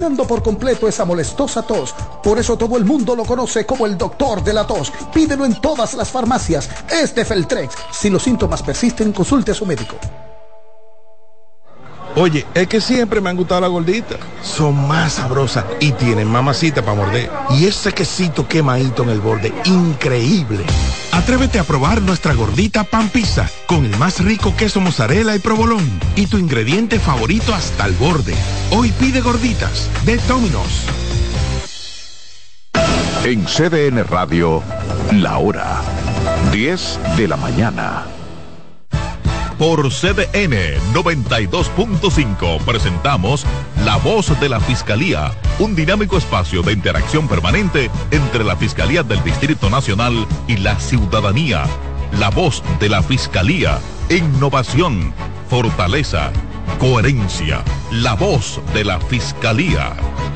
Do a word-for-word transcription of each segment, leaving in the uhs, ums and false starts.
por completo esa molestosa tos. Por eso todo el mundo lo conoce como el doctor de la tos. Pídelo en todas las farmacias. Es de Feltrex. Si los síntomas persisten, consulte a su médico. Oye, es que siempre me han gustado las gorditas. Son más sabrosas y tienen mamacita para morder. Y ese quesito quemadito en el borde, increíble. Atrévete a probar nuestra gordita pan pizza con el más rico queso mozzarella y provolón y tu ingrediente favorito hasta el borde. Hoy pide gorditas de Domino's. En C D N Radio, la hora diez de la mañana. Por C D N noventa y dos punto cinco presentamos La Voz de la Fiscalía, un dinámico espacio de interacción permanente entre la Fiscalía del Distrito Nacional y la ciudadanía. La Voz de la Fiscalía, innovación, fortaleza, coherencia. La Voz de la Fiscalía.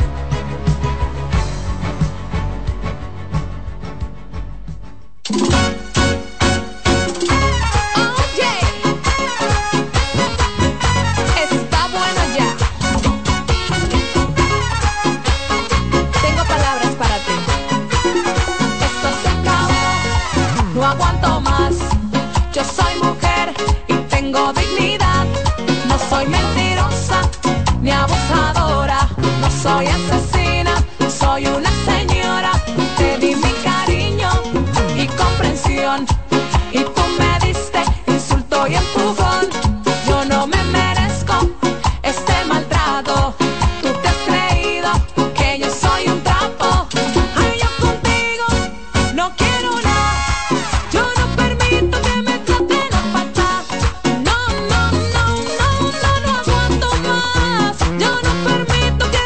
Soy asesina, soy una señora, te di mi cariño y comprensión, y tú me diste insulto y empujón. Yo no me merezco este maltrato, tú te has creído que yo soy un trapo. Ay, yo contigo no quiero nada, yo no permito que me traten a patar. No, no, no, no, no, no aguanto más, yo no permito que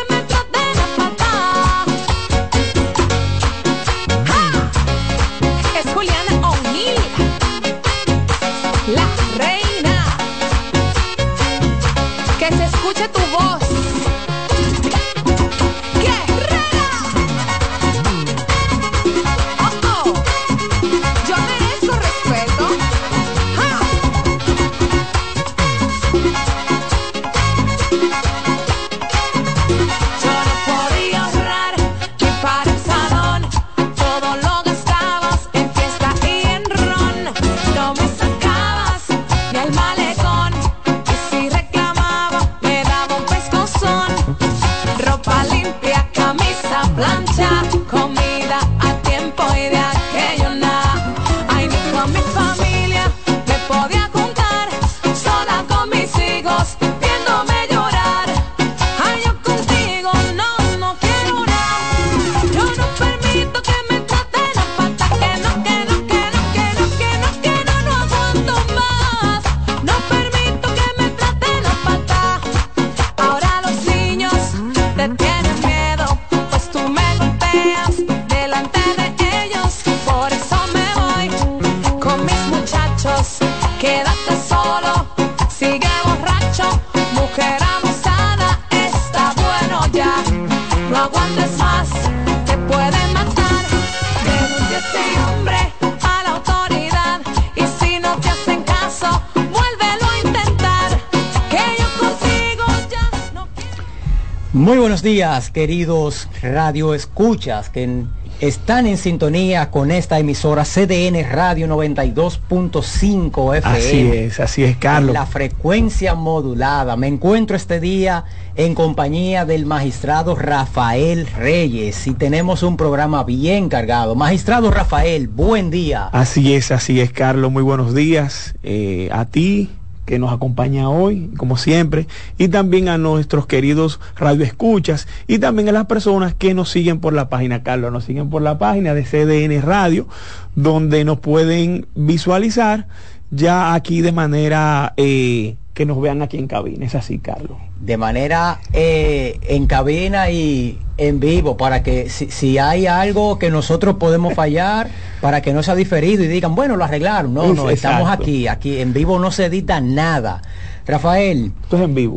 tu voz. ¡Guerrera! Oh, oh. Yo merezco respeto. ¡Ja! Yo no podía ahorrar ni para el salón, todo lo gastabas en fiesta y en ron. No me sacabas ni al malecón, y si reclamaba ropa limpia, camisa, plancha, comida a tiempo y de aquello nada. Ay, ni con mi familia me podía juntar, sola con mis hijos viéndome llorar. Ay, yo contigo no, no quiero nada, yo no permito que me traten a patas, que no, que no, que no, que no, que no, que no, no aguanto más, no permito que me traten a patas. Ahora los niños te tienen miedo, pues tú me golpeas delante de ellos. Por eso me voy con mis muchachos. Quédate solo, sigue borracho, mujer abusada, está bueno ya. No aguantes más, te pueden matar. Denuncia a este hombre a la autoridad, y si no te hacen caso, vuélvelo a intentar, que yo contigo ya no quiero. Muy buenos días, queridos radio escuchas que están en sintonía con esta emisora C D N Radio noventa y dos punto cinco F M. Así es, así es, Carlos. En la frecuencia modulada. Me encuentro este día en compañía del magistrado Rafael Reyes y tenemos un programa bien cargado. Magistrado Rafael, buen día. Así es, así es, Carlos. Muy buenos días eh, a ti, que nos acompaña hoy, como siempre, y también a nuestros queridos radioescuchas, y también a las personas que nos siguen por la página, Carlos, nos siguen por la página de C D N Radio, donde nos pueden visualizar ya aquí de manera eh, que nos vean aquí en cabina. Es así, Carlos. De manera eh, en cabina y en vivo, para que si, si hay algo que nosotros podemos fallar, para que no sea diferido y digan, bueno, lo arreglaron. No, no, estamos aquí, aquí en vivo no se edita nada. Rafael, esto es en vivo.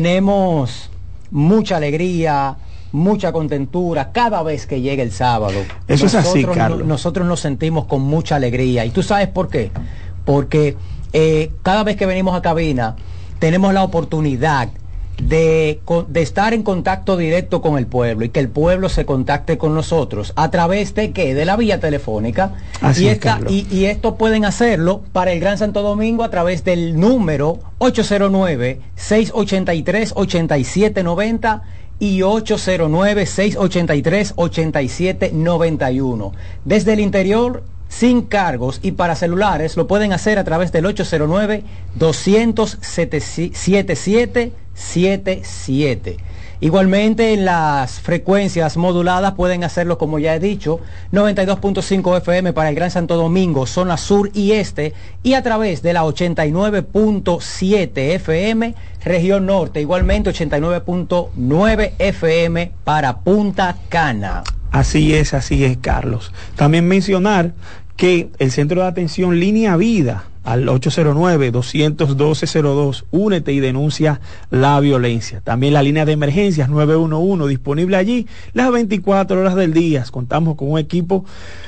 Tenemos mucha alegría, mucha contentura cada vez que llega el sábado. Eso nosotros, es así, Carlos. No, nosotros nos sentimos con mucha alegría. ¿Y tú sabes por qué? Porque eh, cada vez que venimos a cabina tenemos la oportunidad de, de estar en contacto directo con el pueblo y que el pueblo se contacte con nosotros a través de qué, de la vía telefónica. Así y, es, esta, y, y esto pueden hacerlo para el Gran Santo Domingo a través del número ocho cero nueve, seis ocho tres, ocho siete nueve cero y ocho cero nueve, seis ocho tres, ocho siete nueve uno. Desde el interior, sin cargos, y para celulares lo pueden hacer a través del ocho cero nueve, doscientos, setenta y siete setenta y siete. Igualmente en las frecuencias moduladas pueden hacerlo, como ya he dicho, noventa y dos punto cinco F M para el Gran Santo Domingo, zona sur y este, y a través de la ochenta y nueve punto siete F M, región norte, igualmente ochenta y nueve punto nueve F M para Punta Cana. Así es, así es, Carlos. También mencionar que el Centro de Atención Línea Vida al ocho cero nueve, dos uno dos, cero dos, únete y denuncia la violencia. También la línea de emergencias nueve uno uno, disponible allí las veinticuatro horas del día. Contamos con un equipo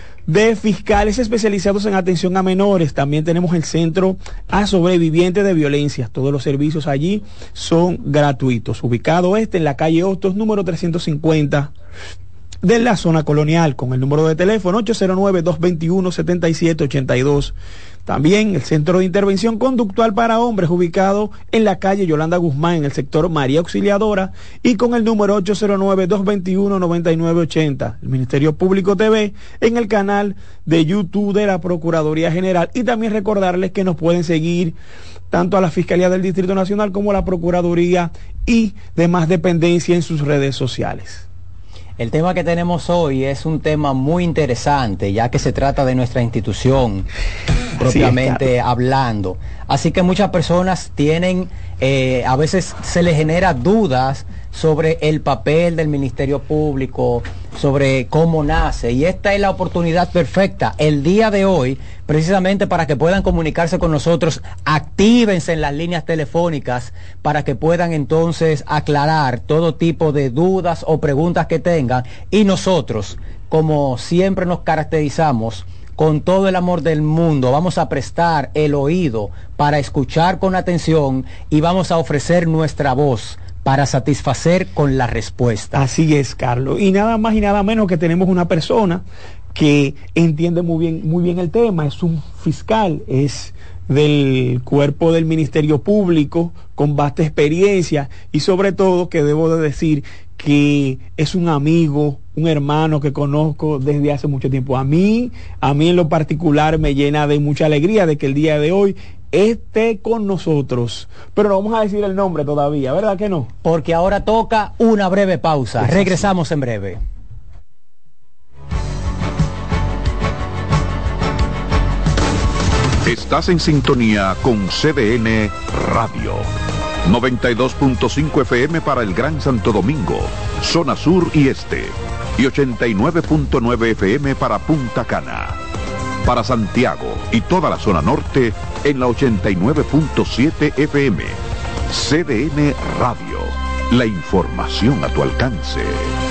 de fiscales especializados en atención a menores. También tenemos el Centro a Sobrevivientes de Violencia. Todos los servicios allí son gratuitos. Ubicado este en la calle Hostos, número trescientos cincuenta, de la zona colonial, con el número de teléfono ocho cero nueve, dos dos uno, siete siete ocho dos. También el Centro de Intervención Conductual para Hombres, ubicado en la calle Yolanda Guzmán, en el sector María Auxiliadora, y con el número ocho cero nueve, dos dos uno, nueve nueve ocho cero. El Ministerio Público T V en el canal de YouTube de la Procuraduría General. Y también recordarles que nos pueden seguir tanto a la Fiscalía del Distrito Nacional como a la Procuraduría y demás dependencias en sus redes sociales. El tema que tenemos hoy es un tema muy interesante, ya que se trata de nuestra institución, propiamente sí, claro. hablando. Así que muchas personas tienen, eh, a veces se les genera dudas sobre el papel del Ministerio Público, sobre cómo nace, y esta es la oportunidad perfecta, el día de hoy, precisamente para que puedan comunicarse con nosotros. Actívense en las líneas telefónicas para que puedan entonces aclarar todo tipo de dudas o preguntas que tengan, y nosotros, como siempre nos caracterizamos, con todo el amor del mundo, vamos a prestar el oído para escuchar con atención y vamos a ofrecer nuestra voz para satisfacer con la respuesta. Así es, Carlos. Y nada más y nada menos que tenemos una persona que entiende muy bien, muy bien el tema. Es un fiscal, es del cuerpo del Ministerio Público, con vasta experiencia, y sobre todo que debo de decir que es un amigo, un hermano que conozco desde hace mucho tiempo. A mí, a mí en lo particular me llena de mucha alegría de que el día de hoy esté con nosotros, pero no vamos a decir el nombre todavía, ¿verdad que no? Porque ahora toca una breve pausa. Es Regresamos así. En breve. Estás en sintonía con C D N Radio. noventa y dos punto cinco F M para el Gran Santo Domingo, zona sur y este, y ochenta y nueve punto nueve F M para Punta Cana. Para Santiago y toda la zona norte en la ochenta y nueve punto siete F M. C D N Radio, la información a tu alcance.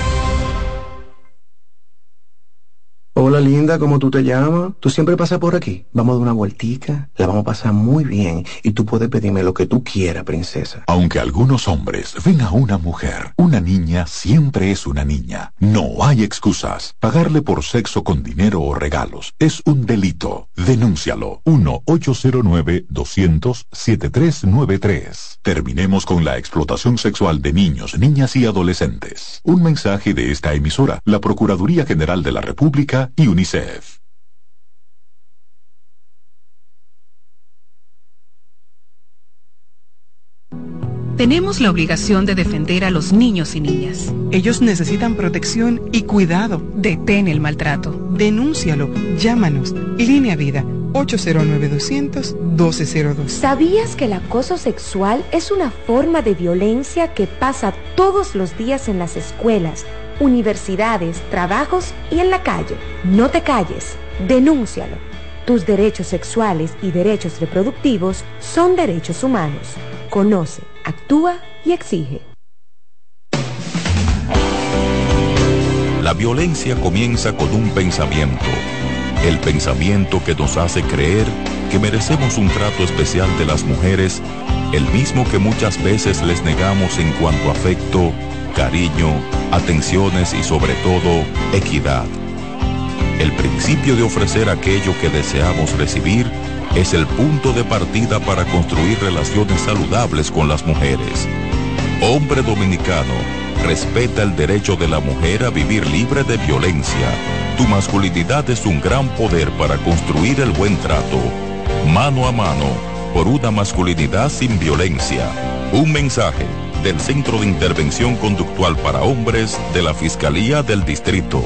Hola linda, ¿cómo tú te llamas? ¿Tú siempre pasas por aquí? Vamos a dar una vueltica, la vamos a pasar muy bien y tú puedes pedirme lo que tú quieras, princesa. Aunque algunos hombres ven a una mujer, una niña siempre es una niña. No hay excusas. Pagarle por sexo con dinero o regalos es un delito. Denúncialo. uno ocho cero nueve, dos cero cero, siete tres nueve tres. Terminemos con la explotación sexual de niños, niñas y adolescentes. Un mensaje de esta emisora, la Procuraduría General de la República y UNICEF. Tenemos la obligación de defender a los niños y niñas. Ellos necesitan protección y cuidado. Detén el maltrato. Denúncialo. Llámanos. Línea Vida ocho cero nueve, dos cero cero, uno dos cero dos. ¿Sabías que el acoso sexual es una forma de violencia que pasa todos los días en las escuelas, universidades, trabajos y en la calle? No te calles. Denúncialo. Tus derechos sexuales y derechos reproductivos son derechos humanos. Conoce, actúa y exige. La violencia comienza con un pensamiento. El pensamiento que nos hace creer que merecemos un trato especial de las mujeres el mismo que muchas veces les negamos en cuanto a afecto, cariño, atenciones y sobre todo, equidad. El principio de ofrecer aquello que deseamos recibir es el punto de partida para construir relaciones saludables con las mujeres. Hombre dominicano, respeta el derecho de la mujer a vivir libre de violencia. Tu masculinidad es un gran poder para construir el buen trato. Mano a mano, por una masculinidad sin violencia. Un mensaje del Centro de Intervención Conductual para Hombres de la Fiscalía del Distrito.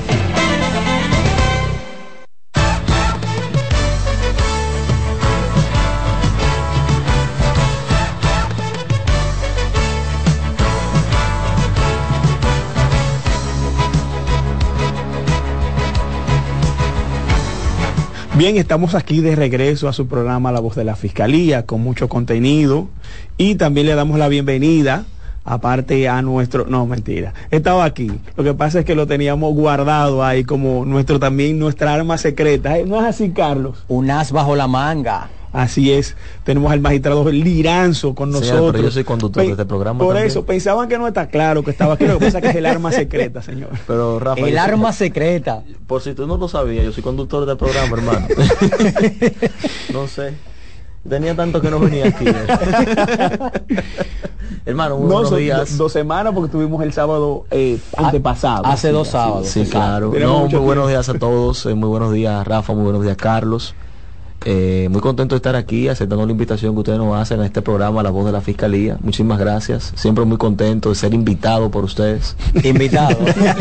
Bien, estamos aquí de regreso a su programa La Voz de la Fiscalía, con mucho contenido, y también le damos la bienvenida, aparte a nuestro, no, mentira, estaba aquí, lo que pasa es que lo teníamos guardado ahí como nuestro también, nuestra arma secreta, ¿no es así, Carlos? Un as bajo la manga. Así es, tenemos al magistrado Liranzo con nosotros. Señor, pero yo soy conductor Pe de este programa Por también. eso, pensaban que no está claro que estaba aquí, lo que pasa es que es el arma secreta, señor. Pero Rafa, el arma soy... secreta. Por si tú no lo sabías, yo soy conductor del programa, hermano. No sé. Tenía tanto que no venía aquí. Hermano, muy no, buenos son días. Do, dos semanas porque tuvimos el sábado eh, antepasado. Hace dos sábados. Sí, claro. No, muy buenos días a todos. Eh, muy buenos días, Rafa. Muy buenos días, Carlos. Eh, muy contento de estar aquí aceptando la invitación que ustedes nos hacen a este programa La Voz de la Fiscalía. Muchísimas gracias, siempre muy contento de ser invitado por ustedes. Invitado.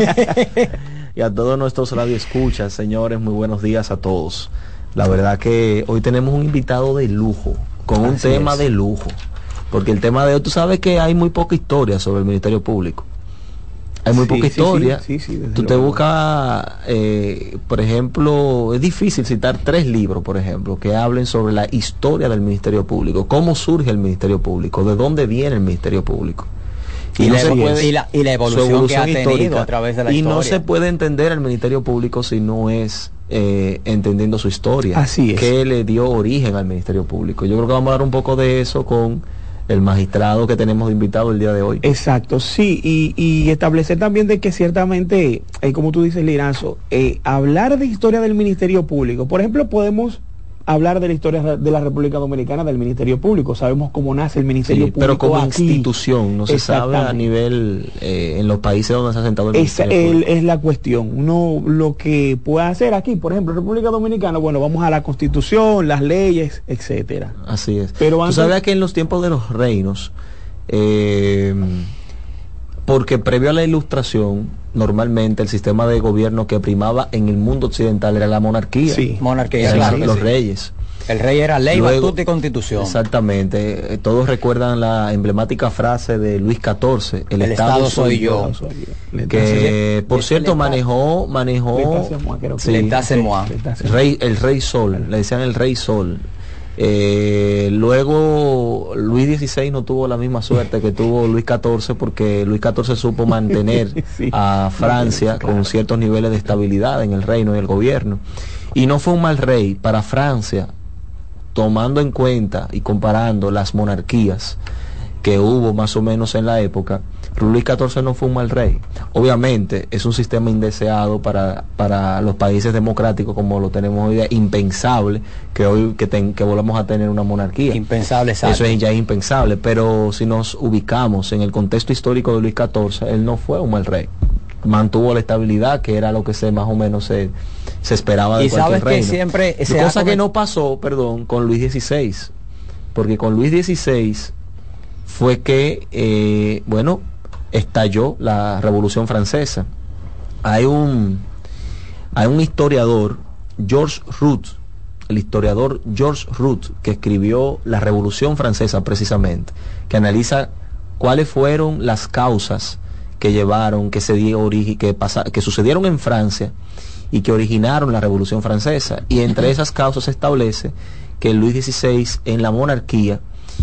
Y a todos nuestros radioescuchas, señores, muy buenos días a todos. La verdad que hoy tenemos un invitado de lujo, con un Así tema es. de lujo, porque el tema de hoy, tú sabes que hay muy poca historia sobre el Ministerio Público. Hay muy sí, poca historia. Sí, sí, sí, Tú te buscas, eh, por ejemplo, es difícil citar tres libros, por ejemplo, que hablen sobre la historia del Ministerio Público, cómo surge el Ministerio Público, de dónde viene el Ministerio Público. Y, y, no la, se puede, y, la, y la evolución, evolución que ha tenido histórica, a través de la y historia. Y no se puede entender el Ministerio Público si no es eh, entendiendo su historia. Así es. ¿Qué le dio origen al Ministerio Público? Yo creo que vamos a hablar un poco de eso con el magistrado que tenemos de invitado el día de hoy. Exacto, sí, y, y establecer también de que ciertamente, eh, como tú dices, Liranzo, eh, hablar de historia del Ministerio Público, por ejemplo, podemos hablar de la historia de la República Dominicana del Ministerio Público, sabemos cómo nace el Ministerio sí, Público pero como aquí. Institución, no se sabe a nivel, eh, en los países donde se ha sentado el Esa Ministerio el, Público. Es la cuestión, uno lo que puede hacer aquí, por ejemplo, República Dominicana, bueno, vamos a la Constitución, las leyes, etcétera. Así es. Pero antes, tú sabes que en los tiempos de los reinos, eh, porque previo a la Ilustración, normalmente el sistema de gobierno que primaba en el mundo occidental era la monarquía. Sí, monarquía. Eran claro los sí. reyes. El rey era ley, batuta y constitución. Exactamente. Todos recuerdan la emblemática frase de Luis catorce, el, el Estado, Estado soy yo. yo. Que, por cierto, manejó, manejó sí, rey, el Rey Sol, le decían el Rey Sol. Eh, luego Luis dieciséis no tuvo la misma suerte que tuvo Luis catorce, porque Luis catorce supo mantener sí, a Francia claro. con ciertos niveles de estabilidad en el reino y el gobierno, y no fue un mal rey para Francia, tomando en cuenta y comparando las monarquías que hubo más o menos en la época. Luis catorce no fue un mal rey. Obviamente es un sistema indeseado para, para los países democráticos como lo tenemos hoy día, impensable que hoy que, ten, que volvamos a tener una monarquía. Impensable, exacto. Eso es ya impensable, pero si nos ubicamos en el contexto histórico de Luis catorce, él no fue un mal rey. Mantuvo la estabilidad, que era lo que se más o menos se, se esperaba de y cualquier sabes reino. Que siempre se cosa ha... que no pasó, perdón, con Luis dieciséis, porque con Luis dieciséis fue que, eh, bueno, estalló la Revolución Francesa. Hay un hay un historiador, Georges Root, el historiador Georges Root, que escribió la Revolución Francesa precisamente, que analiza cuáles fueron las causas que llevaron, que se dio origen, que pasa, que sucedieron en Francia y que originaron la Revolución Francesa. Y entre esas causas se establece que Luis dieciséis en la monarquía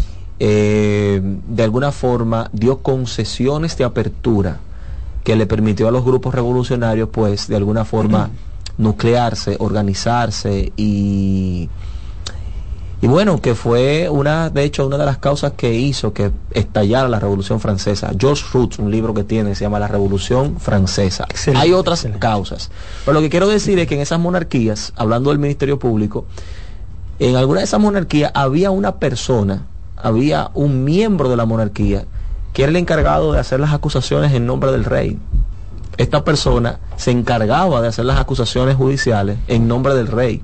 Eh, de alguna forma dio concesiones de apertura que le permitió a los grupos revolucionarios, pues, de alguna forma nuclearse, organizarse y, Y bueno, que fue una, de hecho, una de las causas que hizo que estallara la Revolución Francesa. George Roots, un libro que tiene, se llama La Revolución Francesa. Excelente, Hay otras excelente. causas. Pero lo que quiero decir es que en esas monarquías, hablando del Ministerio Público, en alguna de esas monarquías había una persona, había un miembro de la monarquía, que era el encargado de hacer las acusaciones en nombre del rey. Esta persona se encargaba de hacer las acusaciones judiciales en nombre del rey.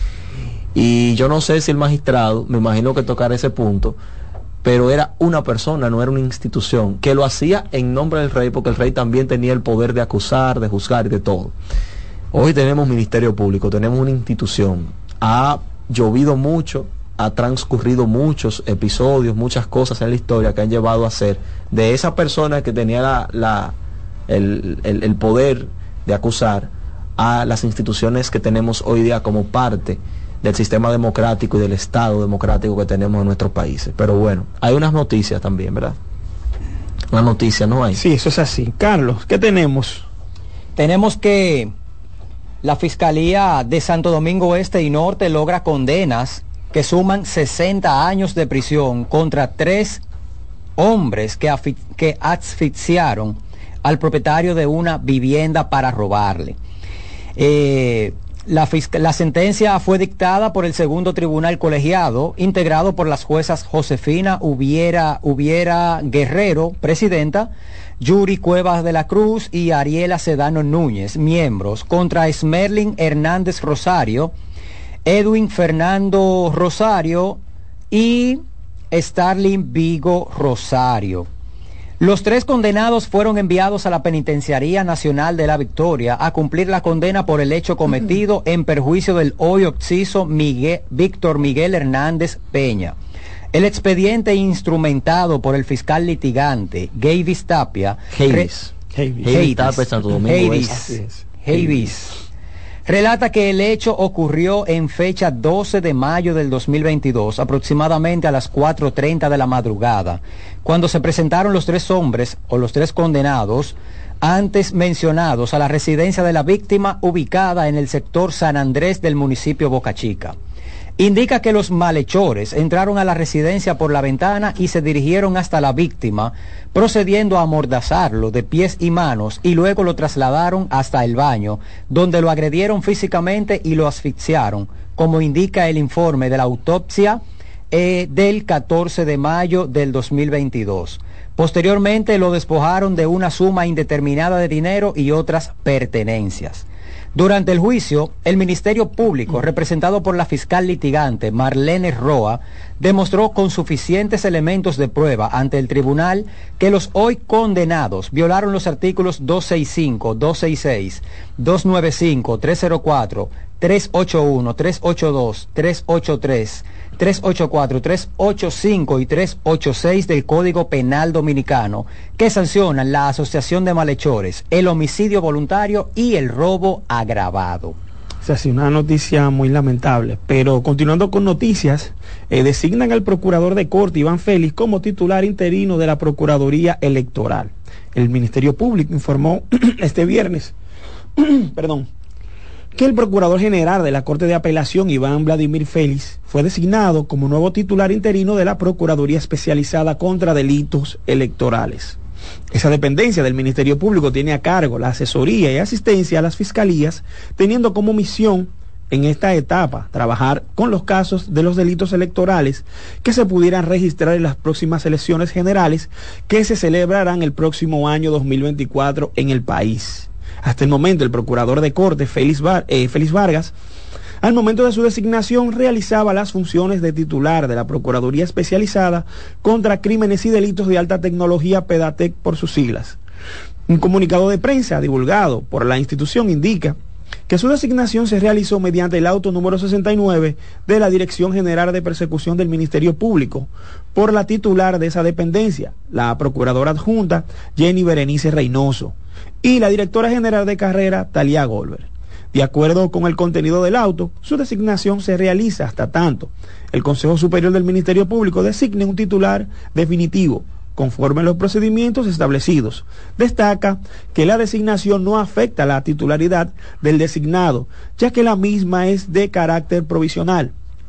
Y yo no sé si el magistrado, me imagino que tocara ese punto, pero era una persona, no era una institución, que lo hacía en nombre del rey, porque el rey también tenía el poder de acusar, de juzgar y de todo. Hoy tenemos Ministerio Público, tenemos una institución. Ha llovido mucho, ha transcurrido muchos episodios, muchas cosas en la historia que han llevado a ser de esa persona que tenía la, la, el, el, el poder de acusar a las instituciones que tenemos hoy día como parte del sistema democrático y del Estado democrático que tenemos en nuestros países. Pero bueno, hay unas noticias también, ¿verdad? Una noticia, ¿no hay? Sí, eso es así. Carlos, ¿qué tenemos? Tenemos que la Fiscalía de Santo Domingo Este y Norte logra condenas que suman sesenta años de prisión contra tres hombres que, que asfixiaron al propietario de una vivienda para robarle. Eh... La, la sentencia fue dictada por el segundo tribunal colegiado, integrado por las juezas Josefina Ubiera, Ubiera Guerrero, presidenta, Yuri Cuevas de la Cruz y Ariela Sedano Núñez, miembros, contra Esmerlin Hernández Rosario, Edwin Fernando Rosario y Starling Vigo Rosario. Los tres condenados fueron enviados a la Penitenciaría Nacional de la Victoria a cumplir la condena por el hecho cometido en perjuicio del hoy occiso Miguel, Víctor Miguel Hernández Peña. El expediente instrumentado por el fiscal litigante Gavis Tapia Havis relata que el hecho ocurrió en fecha doce de mayo del dos mil veintidós, aproximadamente a las cuatro treinta de la madrugada, cuando se presentaron los tres hombres o los tres condenados antes mencionados a la residencia de la víctima ubicada en el sector San Andrés del municipio Boca Chica. Indica que los malhechores entraron a la residencia por la ventana y se dirigieron hasta la víctima, procediendo a amordazarlo de pies y manos, y luego lo trasladaron hasta el baño, donde lo agredieron físicamente y lo asfixiaron, como indica el informe de la autopsia eh, del catorce de mayo del dos mil veintidós. Posteriormente lo despojaron de una suma indeterminada de dinero y otras pertenencias. Durante el juicio, el Ministerio Público, representado por la fiscal litigante Marlene Roa, demostró con suficientes elementos de prueba ante el tribunal que los hoy condenados violaron los artículos doscientos sesenta y cinco, doscientos sesenta y seis, doscientos noventa y cinco, trescientos cuatro, trescientos ochenta y uno, trescientos ochenta y dos, trescientos ochenta y tres, trescientos ochenta y cuatro, trescientos ochenta y cinco y trescientos ochenta y seis del Código Penal Dominicano, que sancionan la asociación de malhechores, el homicidio voluntario y el robo agravado. O sea, sí, una noticia muy lamentable. Pero continuando con noticias, eh, designan al procurador de corte Iván Félix como titular interino de la Procuraduría Electoral. El Ministerio Público informó este viernes, perdón, que el Procurador General de la Corte de Apelación, Iván Vladimir Félix, fue designado como nuevo titular interino de la Procuraduría Especializada contra Delitos Electorales. Esa dependencia del Ministerio Público tiene a cargo la asesoría y asistencia a las fiscalías, teniendo como misión en esta etapa trabajar con los casos de los delitos electorales que se pudieran registrar en las próximas elecciones generales que se celebrarán el próximo año dos mil veinticuatro en el país. Hasta el momento, el procurador de corte, Félix, Var, eh, Félix Vargas, al momento de su designación, realizaba las funciones de titular de la Procuraduría Especializada contra Crímenes y Delitos de Alta Tecnología, PEDATEC por sus siglas. Un comunicado de prensa divulgado por la institución indica que su designación se realizó mediante el auto número sesenta y nueve de la Dirección General de Persecución del Ministerio Público por la titular de esa dependencia, la Procuradora Adjunta Jenny Berenice Reynoso, y la Directora General de Carrera, Talia Goldberg. De acuerdo con el contenido del auto, su designación se realiza hasta tanto el Consejo Superior del Ministerio Público designe un titular definitivo, conforme a los procedimientos establecidos. Destaca que la designación no afecta la titularidad del designado, ya que la misma es de carácter provisional.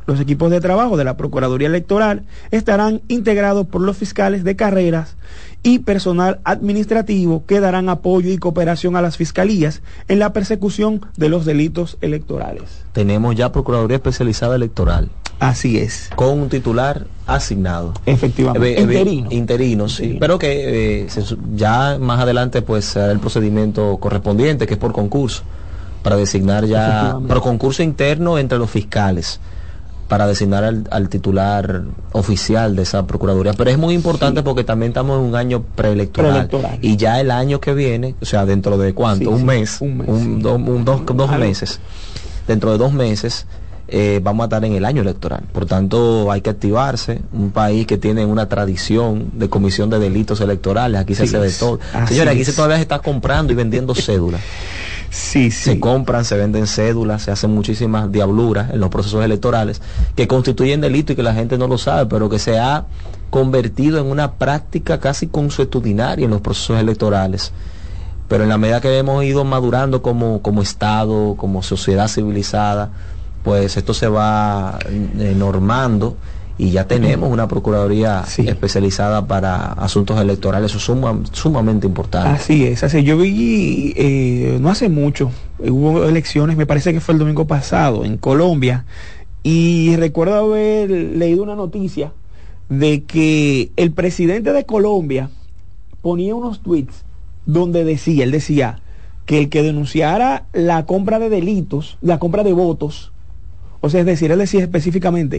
Los equipos de trabajo de la Procuraduría Electoral estarán integrados por los fiscales de carreras y personal administrativo que darán apoyo y cooperación a las fiscalías en la persecución de los delitos electorales. Tenemos ya Procuraduría Especializada Electoral. Así es. Con un titular asignado. Efectivamente. Eh, eh, interino. Interino, sí. sí. Pero que eh, se, ya más adelante pues será el procedimiento correspondiente, que es por concurso, para designar ya, por concurso interno entre los fiscales, para designar al, al titular oficial de esa Procuraduría. Pero es muy importante sí. porque también estamos en un año preelectoral, preelectoral. Y ya el año que viene, o sea, dentro de cuánto, sí, un, sí. Mes, un mes, un, sí. do, un dos, dos meses, dentro de dos meses, eh, vamos a estar en el año electoral. Por tanto, hay que activarse. Un país que tiene una tradición de comisión de delitos electorales, aquí se sí, hace de todo. Señores, aquí se todavía se está comprando y vendiendo cédulas. Sí, sí. Se compran, se venden cédulas, se hacen muchísimas diabluras en los procesos electorales que constituyen delito y que la gente no lo sabe, pero que se ha convertido en una práctica casi consuetudinaria en los procesos electorales. Pero en la medida que hemos ido madurando como, como Estado, como sociedad civilizada, pues esto se va eh, normando y ya tenemos una Procuraduría sí. especializada para asuntos electorales. Eso es suma, sumamente importante. Así es, así yo vi eh, no hace mucho, hubo elecciones, me parece que fue el domingo pasado en Colombia, y recuerdo haber leído una noticia de que el presidente de Colombia ponía unos tweets donde decía, él decía que el que denunciara la compra de delitos, la compra de votos, o sea, es decir, él decía específicamente,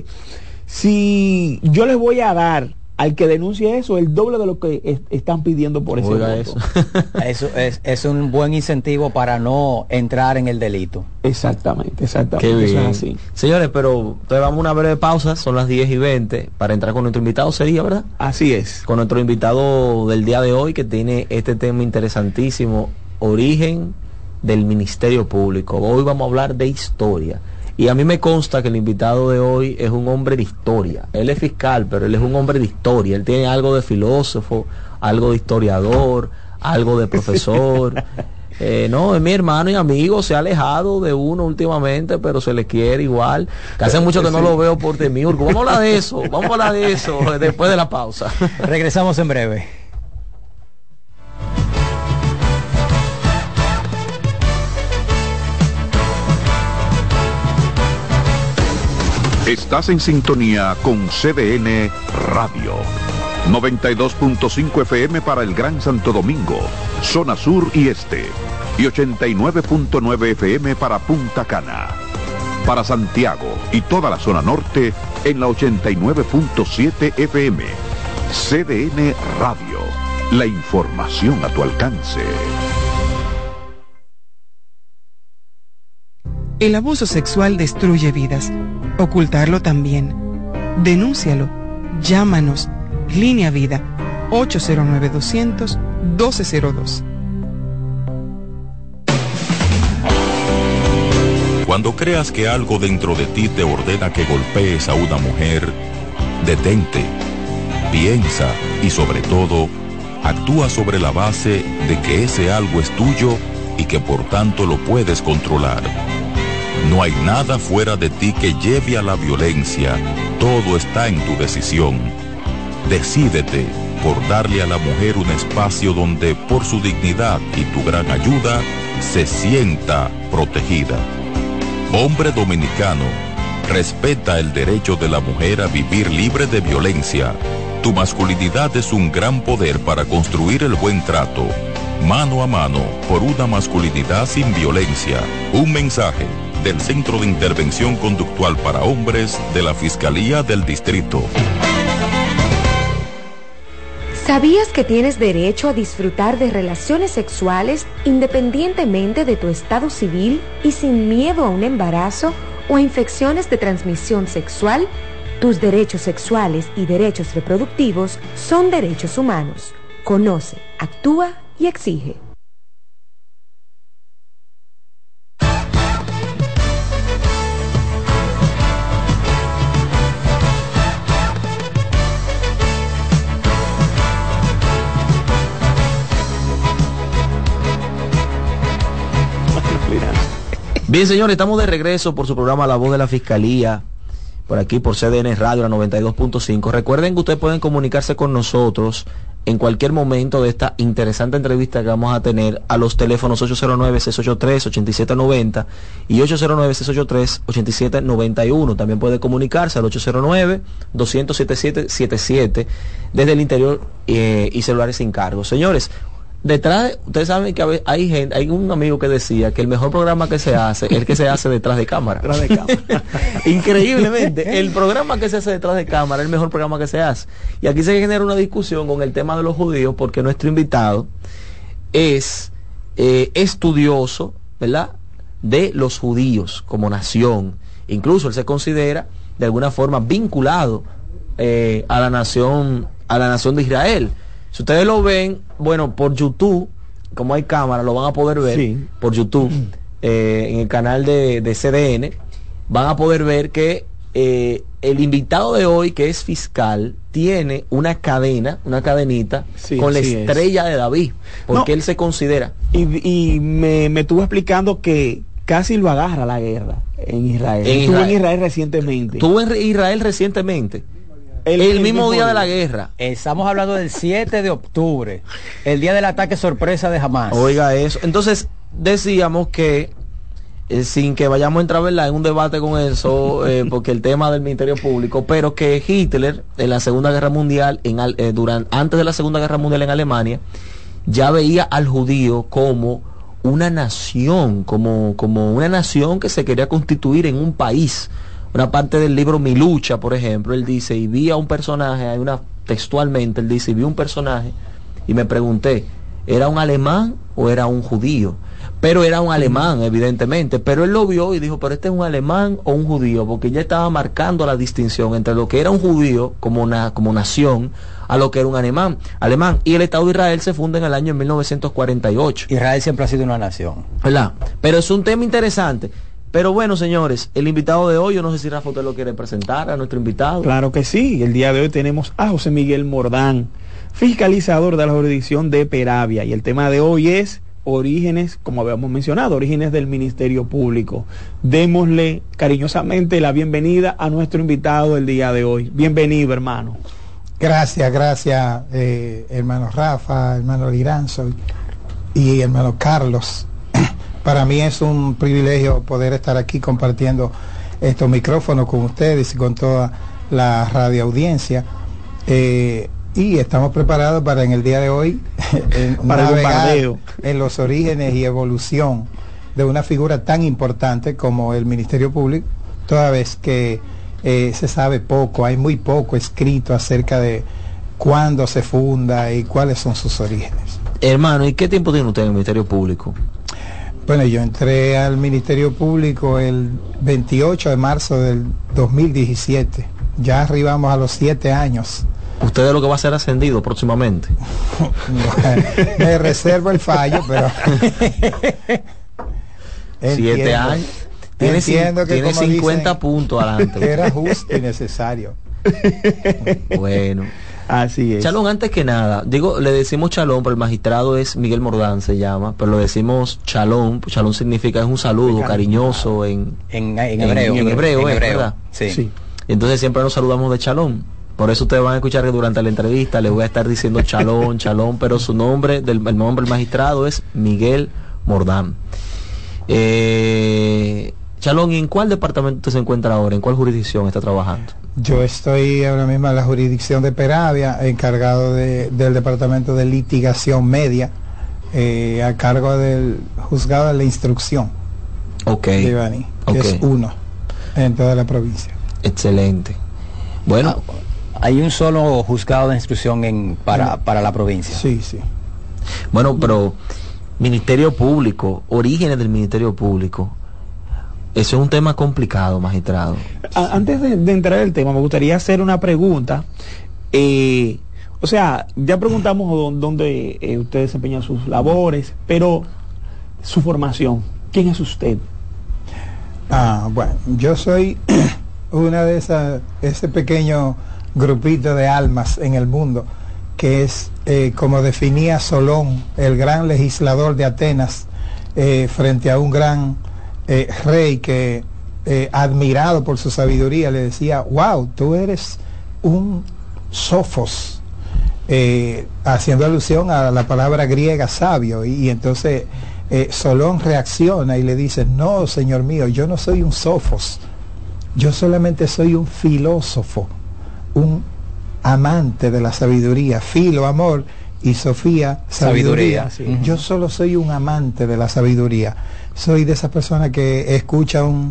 si yo les voy a dar al que denuncie eso el doble de lo que es, están pidiendo por ese Oiga voto. Eso, eso es, es un buen incentivo para no entrar en el delito. Exactamente, exactamente. Qué bien. Eso es así. Señores, pero entonces vamos a una breve pausa, son las diez y veinte, para entrar con nuestro invitado, sería, ¿verdad? Así es. Con nuestro invitado del día de hoy, que tiene este tema interesantísimo, origen del Ministerio Público. Hoy vamos a hablar de historia. Y a mí me consta que el invitado de hoy es un hombre de historia. Él es fiscal, pero él es un hombre de historia. Él tiene algo de filósofo, algo de historiador, algo de profesor. Eh, no, es mi hermano y amigo, se ha alejado de uno últimamente, pero se le quiere igual. Que hace mucho que no lo veo por Demiurgo. Vamos a hablar de eso, vamos a hablar de eso después de la pausa. Regresamos en breve. Estás en sintonía con C D N Radio. noventa y dos punto cinco F M para el Gran Santo Domingo, zona sur y este. Y ochenta y nueve punto nueve F M para Punta Cana. Para Santiago y toda la zona norte en la ochenta y nueve punto siete F M. C D N Radio. La información a tu alcance. El abuso sexual destruye vidas. Ocultarlo también. Denúncialo. Llámanos. Línea Vida. ocho cero nueve, doscientos, doce cero dos. Cuando creas que algo dentro de ti te ordena que golpees a una mujer, detente, piensa y sobre todo, actúa sobre la base de que ese algo es tuyo y que por tanto lo puedes controlar. No hay nada fuera de ti que lleve a la violencia, todo está en tu decisión. Decídete por darle a la mujer un espacio donde por su dignidad y tu gran ayuda se sienta protegida. Hombre dominicano, respeta el derecho de la mujer a vivir libre de violencia. Tu masculinidad es un gran poder para construir el buen trato. Mano a mano por una masculinidad sin violencia. Un mensaje del Centro de Intervención Conductual para Hombres de la Fiscalía del Distrito. ¿Sabías que tienes derecho a disfrutar de relaciones sexuales independientemente de tu estado civil y sin miedo a un embarazo o a infecciones de transmisión sexual? Tus derechos sexuales y derechos reproductivos son derechos humanos. Conoce, actúa y exige. Bien, señores, estamos de regreso por su programa La Voz de la Fiscalía. por aquí por C D N Radio, la noventa y dos punto cinco. Recuerden que ustedes pueden comunicarse con nosotros en cualquier momento de esta interesante entrevista que vamos a tener a los teléfonos ocho cero nueve, seis ocho tres, ocho siete nueve cero y ocho cero nueve, seis ocho tres, ocho siete nueve uno. También puede comunicarse al ocho cero nueve, dos cero siete siete siete siete desde el interior eh, y celulares sin cargo. Señores, detrás de, ustedes saben que hay gente, hay un amigo que decía que el mejor programa que se hace es el que se hace detrás de cámara. Detrás de cámara. Increíblemente, el programa que se hace detrás de cámara es el mejor programa que se hace. Y aquí se genera una discusión con el tema de los judíos, porque nuestro invitado es eh, estudioso, ¿verdad?, de los judíos como nación. Incluso él se considera de alguna forma vinculado eh, a la nación, a la nación de Israel. Si ustedes lo ven, bueno, por YouTube, como hay cámara, lo van a poder ver, sí, por YouTube, eh, en el canal de, de C D N, van a poder ver que eh, el invitado de hoy, que es fiscal, tiene una cadena, una cadenita, sí, con la estrella es. de David, porque no, él se considera. Y, y me, me estuvo explicando que casi lo agarra la guerra en Israel. En Estuvo Israel. en Israel recientemente. Estuvo en Israel recientemente. El, el, el mismo día de la guerra. Estamos hablando del siete de octubre, el día del ataque sorpresa de Hamas. Oiga eso. Entonces decíamos que eh, sin que vayamos a entrar, ¿verdad?, en un debate con eso, eh, porque el tema del Ministerio Público, pero que Hitler en la Segunda Guerra Mundial, en eh, durante antes de la Segunda Guerra Mundial en Alemania, ya veía al judío como una nación, como como una nación que se quería constituir en un país. Una parte del libro Mi Lucha, por ejemplo, él dice, y vi a un personaje, hay una textualmente, él dice, y vi un personaje, y me pregunté, ¿era un alemán o era un judío? Pero era un alemán, evidentemente, pero él lo vio y dijo, pero este es un alemán o un judío, porque ya estaba marcando la distinción entre lo que era un judío como, una, como nación, a lo que era un alemán, alemán. Y el Estado de Israel se funda en el año mil novecientos cuarenta y ocho. Israel siempre ha sido una nación, ¿verdad? Pero es un tema interesante. Pero bueno, señores, el invitado de hoy, yo no sé si Rafa usted lo quiere presentar a nuestro invitado. Claro que sí, el día de hoy tenemos a José Miguel Mordán, fiscalizador de la jurisdicción de Peravia, y el tema de hoy es orígenes, como habíamos mencionado, orígenes del Ministerio Público. Démosle cariñosamente la bienvenida a nuestro invitado del día de hoy. Bienvenido, hermano. Gracias, gracias, eh, hermano Rafa, hermano Liranzo y hermano Carlos. Para mí es un privilegio poder estar aquí compartiendo estos micrófonos con ustedes y con toda la radioaudiencia. Eh, y estamos preparados para en el día de hoy para navegar en los orígenes y evolución de una figura tan importante como el Ministerio Público, toda vez que eh, se sabe poco, hay muy poco escrito acerca de cuándo se funda y cuáles son sus orígenes. Hermano, ¿y qué tiempo tiene usted en el Ministerio Público? Bueno, yo entré al Ministerio Público el veintiocho de marzo del dos mil diecisiete. Ya arribamos a los siete años. ¿Usted es lo que va a ser ascendido próximamente? Me reservo el fallo, pero... Siete años. Tiene, entiendo que, tiene cincuenta dicen, puntos adelante. Era justo y necesario. Bueno. Así es. Chalón, antes que nada, digo, le decimos Chalón, pero el magistrado es Miguel Mordán, se llama, pero lo decimos Chalón. Chalón significa, es un saludo cariñoso en, en, en hebreo. En, en hebreo, en ¿eh? hebreo. ¿Verdad? Sí. Sí. Entonces siempre nos saludamos de Chalón. Por eso ustedes van a escuchar que durante la entrevista les voy a estar diciendo Chalón, Chalón, pero su nombre, del, el nombre del magistrado es Miguel Mordán. Eh, Chalón, ¿y en cuál departamento usted se encuentra ahora? ¿En cuál jurisdicción está trabajando? Yo estoy ahora mismo en la jurisdicción de Peravia, encargado de, del departamento de litigación media, eh, a cargo del juzgado de la instrucción. Ok. De Ibaní, que okay. es uno en toda la provincia. Excelente. Bueno, ah, hay un solo juzgado de instrucción en para, para la provincia. Sí, sí. Bueno, pero Ministerio Público, orígenes del Ministerio Público. Eso es un tema complicado, magistrado. Antes de, de entrar en el tema, me gustaría hacer una pregunta. Eh, o sea, ya preguntamos dónde eh, usted desempeña sus labores, pero su formación, ¿quién es usted? Ah, bueno, yo soy una de esas, ese pequeño grupito de almas en el mundo, que es, eh, como definía Solón, el gran legislador de Atenas, eh, frente a un gran... Eh, rey que eh, admirado por su sabiduría, le decía, wow, tú eres un sofos, eh, haciendo alusión a la palabra griega sabio, y, y entonces eh, Solón reacciona y le dice, no, señor mío, yo no soy un sofos, yo solamente soy un filósofo, un amante de la sabiduría, filo, amor, y Sofía, sabiduría. sabiduría sí. Yo solo soy un amante de la sabiduría. Soy de esas personas que escucha un,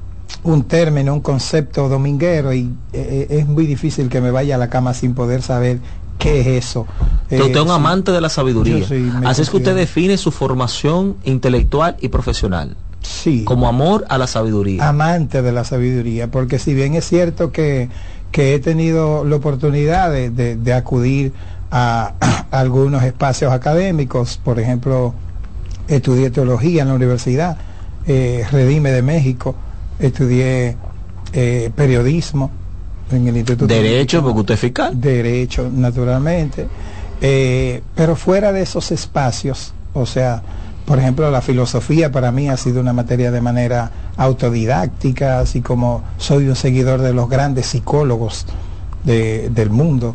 un término, un concepto dominguero y eh, es muy difícil que me vaya a la cama sin poder saber qué es eso. Usted es eh, un sí, amante de la sabiduría. Soy, Así es que usted define su formación intelectual y profesional. Sí. Como amor a la sabiduría. Amante de la sabiduría, porque si bien es cierto que, que he tenido la oportunidad de, de, de acudir a, a algunos espacios académicos, por ejemplo, estudié teología en la Universidad eh, Redime de México, estudié eh, periodismo en el Instituto Derecho, porque usted es fiscal. Derecho, naturalmente, eh, pero fuera de esos espacios, o sea, por ejemplo, la filosofía para mí ha sido una materia de manera autodidáctica, así como soy un seguidor de los grandes psicólogos de, del mundo.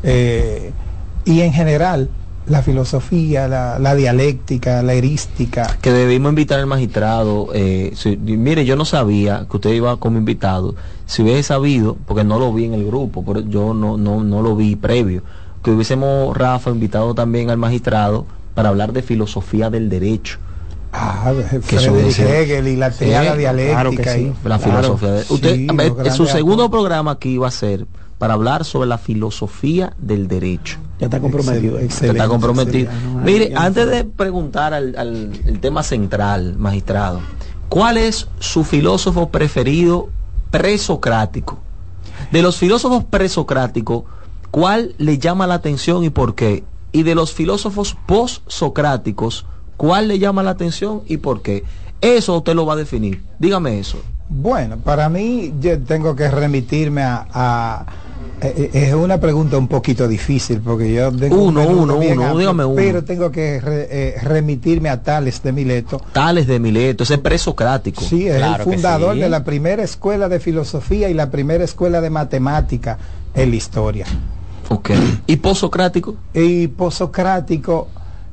Eh, y en general, la filosofía, la, la dialéctica, la erística. Que debimos invitar al magistrado. Eh, si, mire, yo no sabía que usted iba como invitado. Si hubiese sabido, porque no lo vi en el grupo, pero yo no, no, no lo vi previo, que hubiésemos, Rafa, invitado también al magistrado para hablar de filosofía del derecho. Ah, Friedrich Hegel y la teoría sí, dialéctica. Claro que sí, y, la claro, filosofía de, usted, sí, en su segundo aportes. programa aquí iba a ser para hablar sobre la filosofía del derecho. Ya está comprometido. Excelente, ya está comprometido. No, Mire, ya antes de preguntar al, al el tema central, magistrado, ¿cuál es su filósofo preferido presocrático? De los filósofos presocráticos, ¿cuál le llama la atención y por qué? Y de los filósofos post-socráticos, ¿cuál le llama la atención y por qué? Eso usted lo va a definir. Dígame eso. Bueno, para mí yo tengo que remitirme a... a eh, es una pregunta un poquito difícil porque yo tengo uno, un uno, uno, amplio, dígame uno. Pero tengo que re, eh, remitirme a Tales de Mileto. Tales de Mileto, ese presocrático. Sí, es claro el fundador sí. de la primera escuela de filosofía y la primera escuela de matemática en la historia. Ok. ¿Y posocrático? Y posocrático...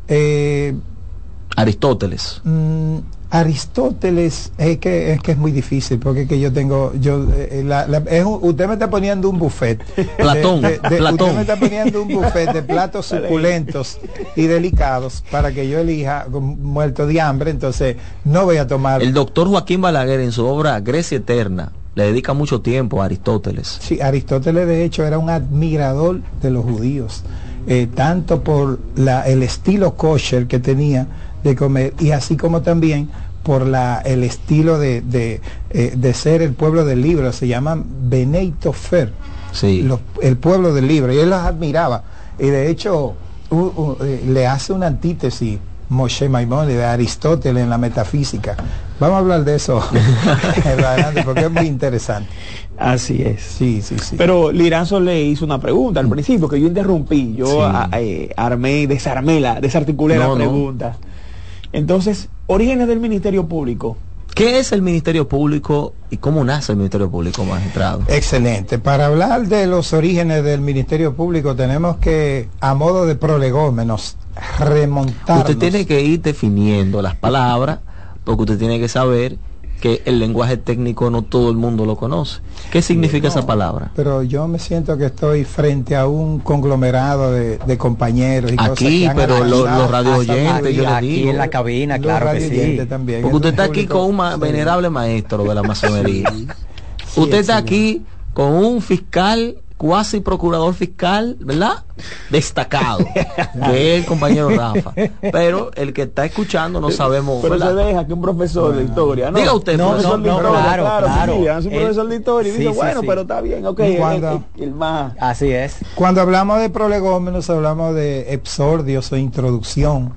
Eh, Aristóteles. Mmm, Aristóteles es que es que es muy difícil porque es que yo tengo yo eh, la, la, es un, usted me está poniendo un buffet Platón, de, de, de, Platón. Usted me está poniendo un buffet de platos suculentos y delicados para que yo elija muerto de hambre, entonces no voy a tomar. El doctor Joaquín Balaguer en su obra Grecia Eterna le dedica mucho tiempo a Aristóteles. Sí, Aristóteles de hecho era un admirador de los judíos, eh, tanto por la, el estilo kosher que tenía de comer y así como también por la el estilo de, de, eh, de ser el pueblo del libro. Se llaman Benei Tofer, sí. los, el pueblo del libro, y él los admiraba y de hecho uh, uh, eh, le hace una antítesis Moshe Maimónides de Aristóteles en la metafísica. Vamos a hablar de eso adelante porque es muy interesante. Así es. Sí, sí, sí. Pero Liranzo le hizo una pregunta al principio que yo interrumpí. Yo sí. a, eh, armé, desarmé la, desarticulé no, la pregunta. No. Entonces, orígenes del Ministerio Público. ¿Qué es el Ministerio Público y cómo nace el Ministerio Público, magistrado? Excelente. Para hablar de los orígenes del Ministerio Público tenemos que, a modo de prolegómenos, remontarnos. Usted tiene que ir definiendo las palabras, porque usted tiene que saber que el lenguaje técnico no todo el mundo lo conoce. ¿Qué significa no, esa palabra? Pero yo me siento que estoy frente a un conglomerado de, de compañeros y aquí, cosas que pero lo, los radio oyentes, yo le digo. Aquí en la cabina, claro que sí. También, porque usted está aquí con un ma- sí. venerable maestro de la masonería. Sí. Sí, usted está aquí con un fiscal, cuasi procurador fiscal, ¿verdad? Destacado, que es el compañero Rafa. Pero el que está escuchando no sabemos. Pero ¿verdad? Se deja que un profesor bueno. de historia. ¿no? Diga usted, no, profesor no, de no, historia. Claro, claro. claro. Sí, es un profesor de historia y sí, dice, sí, bueno, sí. pero está bien, ok. Cuando, el, el más. Así es. Cuando hablamos de prolegómenos, hablamos de exordios o introducción.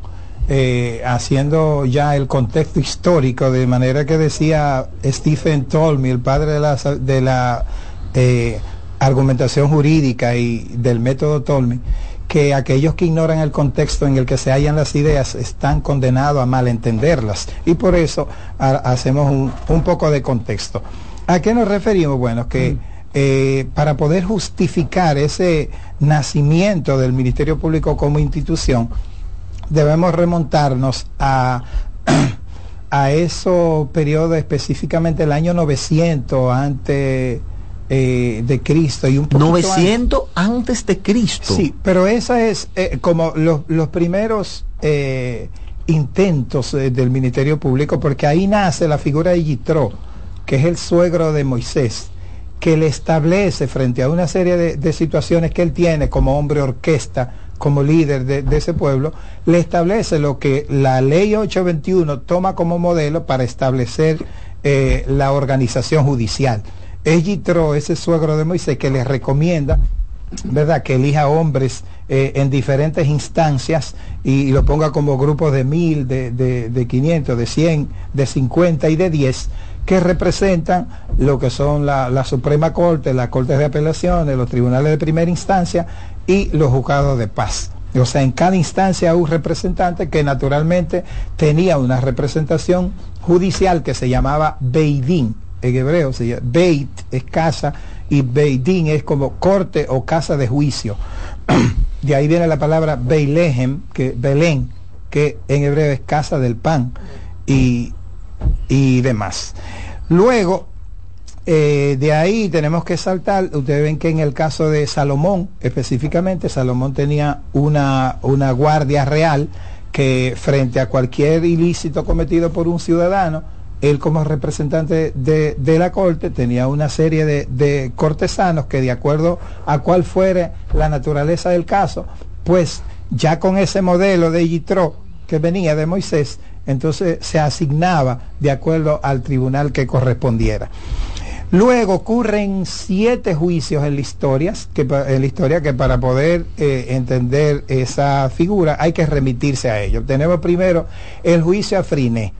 Eh, haciendo ya el contexto histórico, de manera que decía Stephen Tolmy, el padre de la, de la eh, argumentación jurídica y del método Tolmy, que aquellos que ignoran el contexto en el que se hallan las ideas están condenados a malentenderlas, y por eso a, hacemos un, un poco de contexto. ¿A qué nos referimos? Bueno, que mm. eh, para poder justificar ese nacimiento del Ministerio Público como institución, debemos remontarnos a a esos periodos, específicamente el año novecientos antes eh, de Cristo y un poquito novecientos antes de Cristo. Sí, pero esa es eh, como los, los primeros eh, intentos eh, del Ministerio Público, porque ahí nace la figura de Yitro, que es el suegro de Moisés, que le establece frente a una serie de, de situaciones que él tiene como hombre orquesta, como líder de, de ese pueblo, le establece lo que la ley ochocientos veintiuno toma como modelo para establecer eh, la organización judicial. Es Yitro, ese suegro de Moisés, que les recomienda, ¿verdad?, que elija hombres eh, en diferentes instancias y, y lo ponga como grupos de mil, de, de, de quinientos, de cien, de cincuenta y de diez, que representan lo que son la, la Suprema Corte, las Cortes de Apelaciones, los tribunales de primera instancia y los juzgados de paz. O sea, en cada instancia un representante que naturalmente tenía una representación judicial que se llamaba Beidín, en hebreo se llama Beit, es casa, y Beidín es como corte o casa de juicio. De ahí viene la palabra Beilehem, que Belén, que en hebreo es casa del pan, y, y demás. Luego, eh, de ahí tenemos que saltar. Ustedes ven que en el caso de Salomón, específicamente, Salomón tenía una, una guardia real que frente a cualquier ilícito cometido por un ciudadano, él como representante de, de la corte tenía una serie de, de cortesanos que, de acuerdo a cuál fuera la naturaleza del caso, pues ya con ese modelo de Yitro que venía de Moisés, entonces se asignaba de acuerdo al tribunal que correspondiera. Luego ocurren siete juicios en la historia, que, en la historia que para poder eh, entender esa figura hay que remitirse a ello. Tenemos primero el juicio a Friné,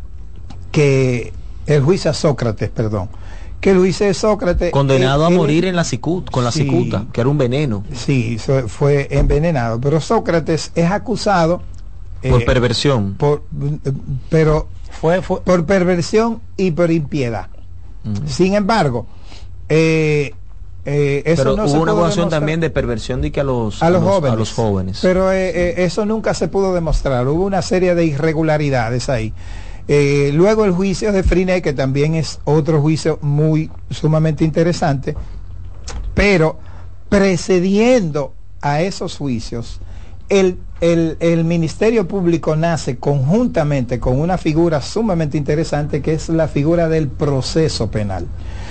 que el juicio a Sócrates, perdón, que el juicio de Sócrates... Condenado él, a morir él, en la cicuta, con la sí, cicuta, que era un veneno. Sí, fue envenenado, pero Sócrates es acusado... Por eh, perversión. Por, pero fue, fue por perversión y por impiedad. Mm. Sin embargo, eh, eh, eso pero no hubo se una pudo acusación demostrar. También de perversión de que a los, a los, a los jóvenes. A los jóvenes. Pero eh, eh, eso nunca se pudo demostrar. Hubo una serie de irregularidades ahí. Eh, luego el juicio de Friné, que también es otro juicio muy sumamente interesante, pero precediendo a esos juicios, el, el, el Ministerio Público nace conjuntamente con una figura sumamente interesante, que es la figura del proceso penal.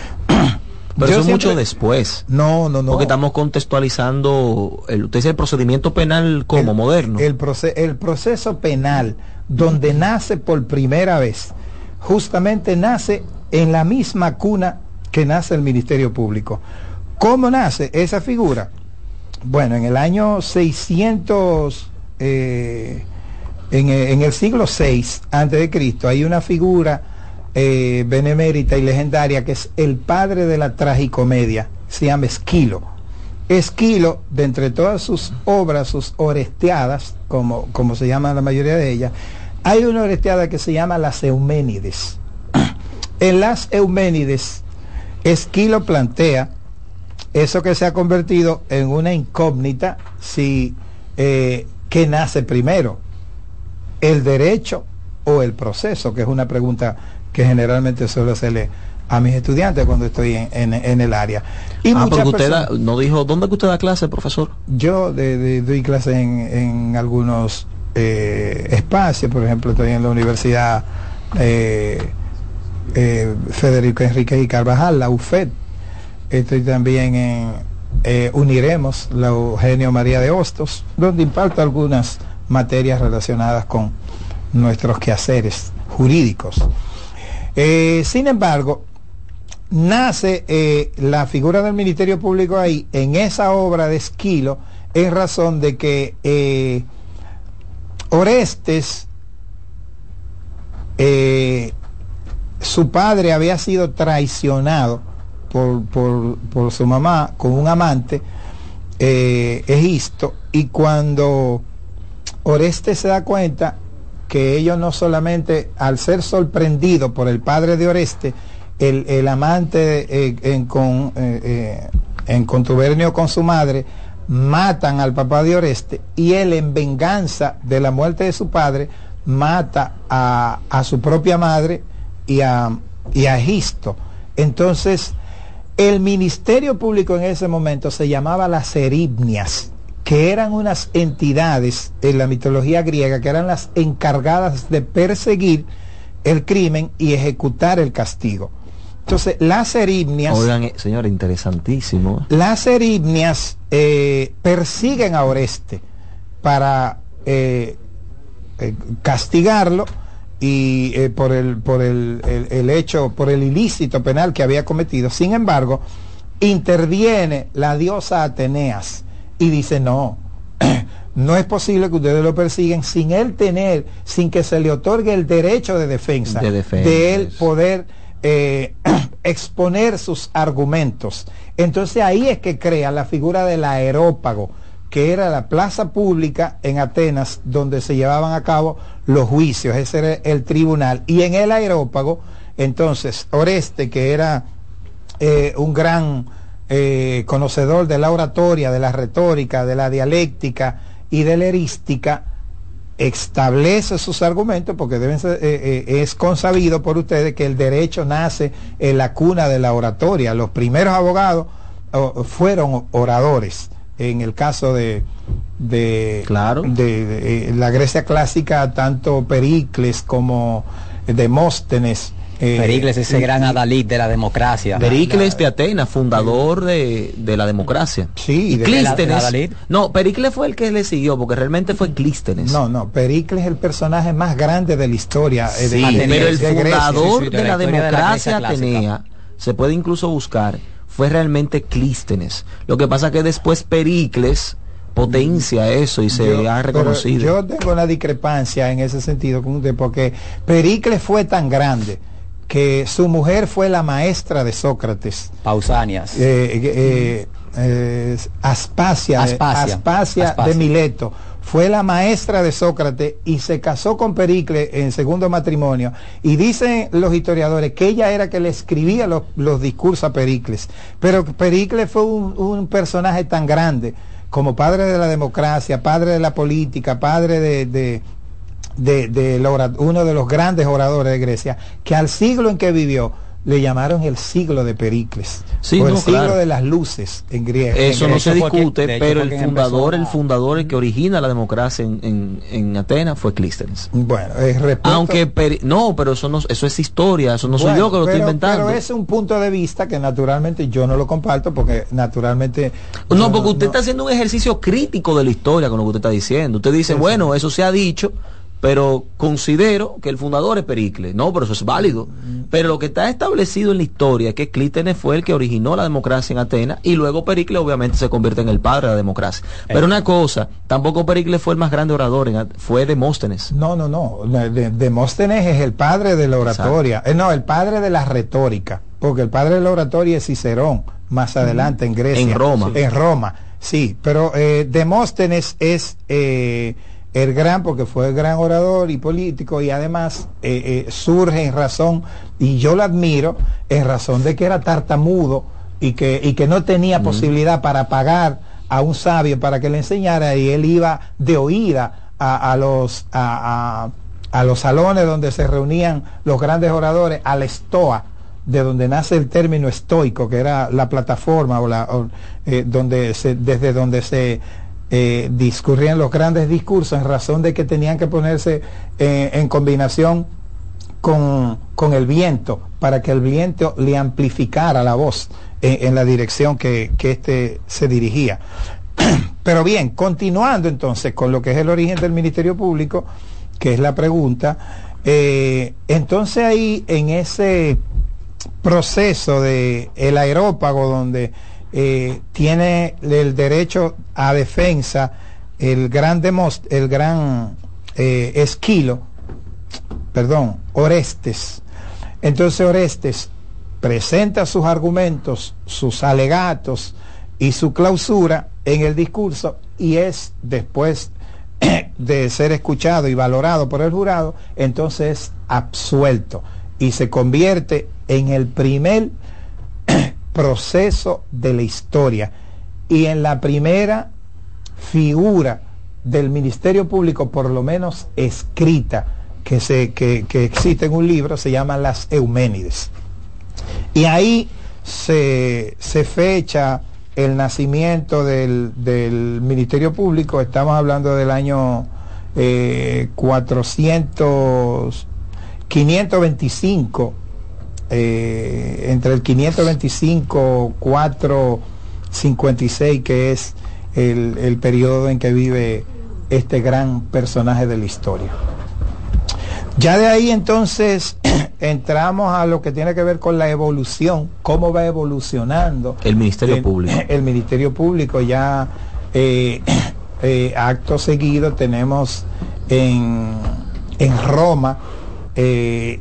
Pero Yo eso siempre... mucho después. No, no, no. Porque estamos contextualizando, el, usted dice el procedimiento penal como el, moderno. El, proce el proceso penal, donde nace por primera vez, justamente nace en la misma cuna que nace el Ministerio Público. ¿Cómo nace esa figura? Bueno, en el año seiscientos, eh, en, en el siglo seis antes de Cristo, hay una figura eh, benemérita y legendaria que es el padre de la tragicomedia, se llama Esquilo. Esquilo, de entre todas sus obras, sus orestiadas, como, como se llama la mayoría de ellas, hay una orestiada que se llama las Euménides. En las Euménides, Esquilo plantea eso que se ha convertido en una incógnita, si eh, ¿qué nace primero? ¿El derecho o el proceso? Que es una pregunta que generalmente suelo hacerle a mis estudiantes cuando estoy en, en, en el área. Y ah, porque usted personas, da, no dijo, ¿dónde que usted da clase, profesor? Yo de, de, doy clases en, en algunos eh, espacios, por ejemplo, estoy en la Universidad eh, eh, Federico Enrique y Carvajal, la U F E D. Estoy también en eh, Uniremos, la Eugenio María de Hostos, donde imparto algunas materias relacionadas con nuestros quehaceres jurídicos. Eh, sin embargo, nace eh, la figura del Ministerio Público ahí, en esa obra de Esquilo, en razón de que eh, Orestes, eh, su padre había sido traicionado Por, por, por su mamá con un amante, eh, Egisto, y cuando Orestes se da cuenta que ellos no solamente, al ser sorprendido por el padre de Oreste, el, el amante eh, en, con, eh, eh, en contubernio con su madre, matan al papá de Oreste, y él, en venganza de la muerte de su padre, mata a, a su propia madre y a, y a Egisto. Entonces, el ministerio público en ese momento se llamaba las Eribnias, que eran unas entidades en la mitología griega que eran las encargadas de perseguir el crimen y ejecutar el castigo. Entonces, las Eribnias... Oigan, señor, interesantísimo. Las Eribnias eh, persiguen a Oreste para eh, eh, castigarlo y eh, por el por el, el, el hecho, por el ilícito penal que había cometido. Sin embargo, interviene la diosa Ateneas y dice: no, no es posible que ustedes lo persiguen sin él tener, sin que se le otorgue el derecho de defensa, de, defensa. de él poder eh, exponer sus argumentos. Entonces ahí es que crea la figura del aerópago, que era la plaza pública en Atenas donde se llevaban a cabo los juicios. Ese era el tribunal, y en el aerópago, entonces, Oreste, que era eh, un gran eh, conocedor de la oratoria, de la retórica, de la dialéctica y de la erística, establece sus argumentos, porque deben ser, eh, eh, es consabido por ustedes que el derecho nace en la cuna de la oratoria. Los primeros abogados oh, fueron oradores. En el caso de de, claro. de, de, de la Grecia clásica, tanto Pericles como Demóstenes. Eh, Pericles, ese eh, gran adalid de la democracia. Pericles de Atenas, fundador de, de la democracia. Sí, y de Clístenes. De no, Pericles fue el que le siguió, porque realmente fue Clístenes. No, no, Pericles es el personaje más grande de la historia. Sí, de, Atenea, pero el de fundador sí, sí, de, de, la de la democracia de Atenea, se puede incluso buscar, fue realmente Clístenes. Lo que pasa que después Pericles potencia eso y se yo, ha reconocido. Yo tengo una discrepancia en ese sentido, porque Pericles fue tan grande que su mujer fue la maestra de Sócrates. Pausanias. Eh, eh, eh, Aspasia, Aspasia. Aspasia, Aspasia de Mileto. Fue la maestra de Sócrates y se casó con Pericles en segundo matrimonio. Y dicen los historiadores que ella era que le escribía los, los discursos a Pericles. Pero Pericles fue un, un personaje tan grande como padre de la democracia, padre de la política, padre de... de De, de, de uno de los grandes oradores de Grecia, que al siglo en que vivió le llamaron el siglo de Pericles, sí, o el no, siglo claro. de las luces en griego. Eso en no se discute, porque, pero el fundador, a... el fundador, el que origina la democracia en, en, en Atenas fue Clístenes. Bueno, eh, respecto... aunque peri... no, pero eso no, eso es historia, eso no soy bueno, yo que lo pero, estoy inventando. Pero es un punto de vista que naturalmente yo no lo comparto, porque naturalmente no, porque no, usted no... está haciendo un ejercicio crítico de la historia con lo que usted está diciendo. Usted dice, sí, bueno, eso se ha dicho, pero considero que el fundador es Pericles. No, pero eso es válido. Pero lo que está establecido en la historia es que Clístenes fue el que originó la democracia en Atenas, y luego Pericles obviamente se convierte en el padre de la democracia. Pero eh. una cosa, tampoco Pericles fue el más grande orador, en, fue Demóstenes. No, no, no. De, Demóstenes es el padre de la oratoria. Eh, no, el padre de la retórica. Porque el padre de la oratoria es Cicerón, más adelante en Grecia. En Roma. En Roma, sí. Pero eh, Demóstenes es... Eh, el gran, porque fue el gran orador y político, y además eh, eh, surge en razón, y yo lo admiro, en razón de que era tartamudo y que, y que no tenía mm. posibilidad para pagar a un sabio para que le enseñara, y él iba de oída a, a, los, a, a, a los salones donde se reunían los grandes oradores, a la estoa, de donde nace el término estoico, que era la plataforma o la, o, eh, donde se, desde donde se Eh, discurrían los grandes discursos, en razón de que tenían que ponerse eh, en combinación con, con el viento, para que el viento le amplificara la voz en, en la dirección que, que éste se dirigía. Pero bien, continuando entonces con lo que es el origen del Ministerio Público, que es la pregunta, eh, entonces ahí en ese proceso de el aerópago, donde Eh, tiene el derecho a defensa el gran Demost el gran eh, Esquilo, perdón, Orestes. Entonces Orestes presenta sus argumentos, sus alegatos y su clausura, en el discurso y es después de ser escuchado y valorado por el jurado, entonces es absuelto y se convierte en el primer proceso de la historia y en la primera figura del Ministerio Público, por lo menos escrita, que, se, que, que existe en un libro, se llama Las Euménides. Y ahí se, se fecha el nacimiento del, del Ministerio Público. Estamos hablando del año eh, cuatrocientos, quinientos veinticinco, eh, entre el quinientos veinticinco, cuatrocientos cincuenta y seis, que es el, el periodo en que vive este gran personaje de la historia. Ya de ahí entonces entramos a lo que tiene que ver con la evolución, cómo va evolucionando el Ministerio el, Público. El Ministerio Público ya eh, eh, acto seguido tenemos en, en Roma eh,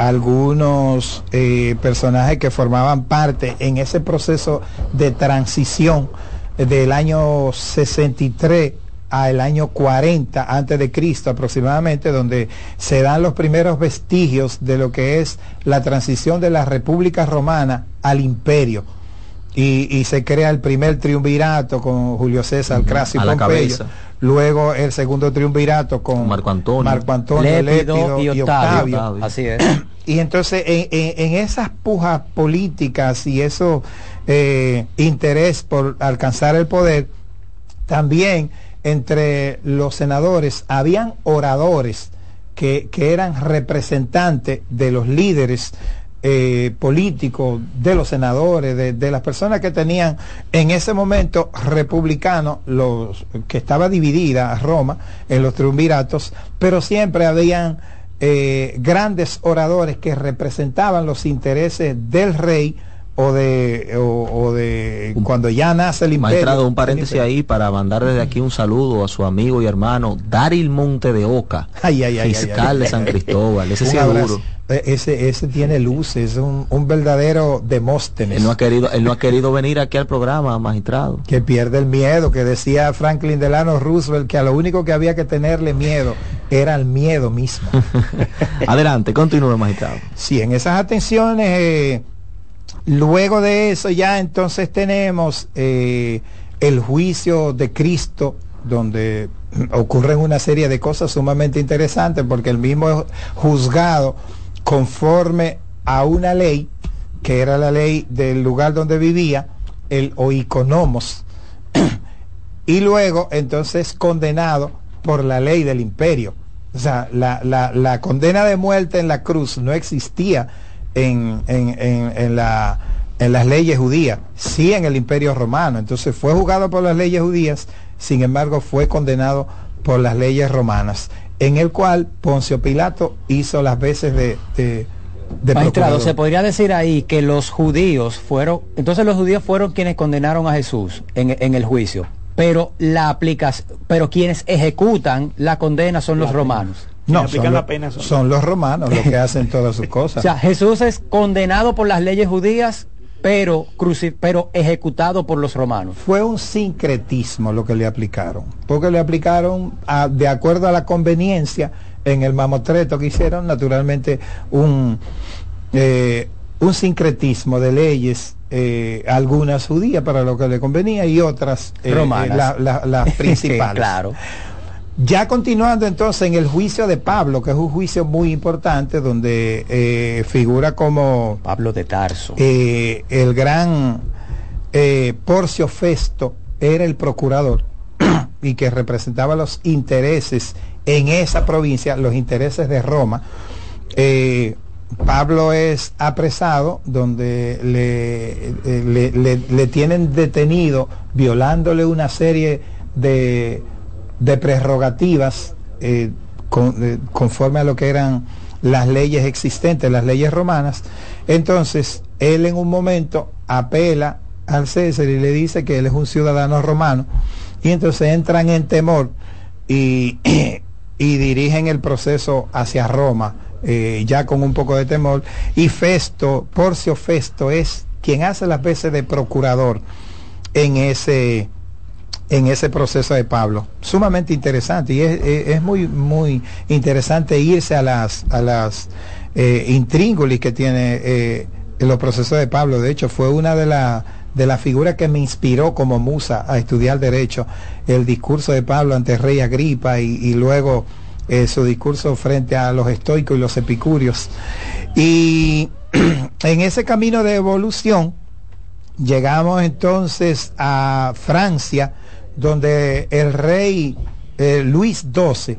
algunos eh, personajes que formaban parte en ese proceso de transición del año sesenta y tres al año cuarenta antes de Cristo aproximadamente, donde se dan los primeros vestigios de lo que es la transición de la República Romana al Imperio. Y, y se crea el primer triunvirato con Julio César, uh-huh, Crasio y Pompeyo. Luego el segundo triunvirato con Marco Antonio, Marco Antonio Lépido, Lépido y, y Octavio. Octavio. Así es. Y entonces en, en, en esas pujas políticas y eso eh, interés por alcanzar el poder, también entre los senadores habían oradores que, que eran representantes de los líderes eh, políticos, de los senadores, de, de las personas que tenían en ese momento republicanos, los que estaba dividida Roma en los triunviratos, pero siempre habían eh, grandes oradores que representaban los intereses del rey o de o, o de cuando ya nace el imperio. Maestrado, un paréntesis ahí para mandar desde aquí un saludo a su amigo y hermano Daril Monte de Oca, ay, ay, ay, fiscal ay, ay, de San Cristóbal. Ese sí es duro. Ese, ese tiene luces, es un, un verdadero Demóstenes. Él no ha querido, él no ha querido venir aquí al programa, magistrado. Que pierde el miedo, que decía Franklin Delano Roosevelt que a lo único que había que tenerle miedo era el miedo mismo. Adelante, continúe, magistrado. Sí, en esas atenciones, eh, luego de eso ya entonces tenemos eh, el juicio de Cristo, donde ocurren una serie de cosas sumamente interesantes, porque el mismo juzgado, conforme a una ley, que era la ley del lugar donde vivía, el oikonomos, y luego entonces condenado por la ley del imperio. O sea, la, la, la condena de muerte en la cruz no existía en, en, en, en, la, en las leyes judías, sí en el imperio romano. Entonces fue juzgado por las leyes judías, sin embargo fue condenado por las leyes romanas, en el cual Poncio Pilato hizo las veces de, de, de Magistrado, procurador. se podría decir ahí que los judíos fueron, entonces los judíos fueron quienes condenaron a Jesús en, en el juicio, pero la aplicación, pero quienes ejecutan la condena son los romanos. No, son, lo, pena son, son los romanos los que hacen todas sus cosas. O sea, Jesús es condenado por las leyes judías, pero, cruci pero ejecutado por los romanos. Fue un sincretismo lo que le aplicaron, porque le aplicaron a, de acuerdo a la conveniencia en el mamotreto que hicieron, naturalmente un, eh, un sincretismo de leyes, eh, algunas judías para lo que le convenía y otras eh, romanas, eh, la, la, las principales. Claro. Ya continuando entonces en el juicio de Pablo, que es un juicio muy importante, donde eh, figura como Pablo de Tarso, eh, el gran eh, Porcio Festo era el procurador y que representaba los intereses en esa provincia, los intereses de Roma. eh, Pablo es apresado, donde le, le, le, le tienen detenido violándole una serie de de prerrogativas eh, con, eh, conforme a lo que eran las leyes existentes, las leyes romanas. Entonces él en un momento apela al César y le dice que él es un ciudadano romano, y entonces entran en temor y, y dirigen el proceso hacia Roma, eh, ya con un poco de temor, y Festo, Porcio Festo, es quien hace las veces de procurador en ese en ese proceso de Pablo, sumamente interesante, y es, es, es muy muy interesante irse a las a las eh, intríngulis que tiene eh, los procesos de Pablo. De hecho, fue una de las de las figuras que me inspiró como musa a estudiar derecho, el discurso de Pablo ante el rey Agripa y, y luego eh, su discurso frente a los estoicos y los epicúreos. Y en ese camino de evolución llegamos entonces a Francia, donde el rey eh, Luis doce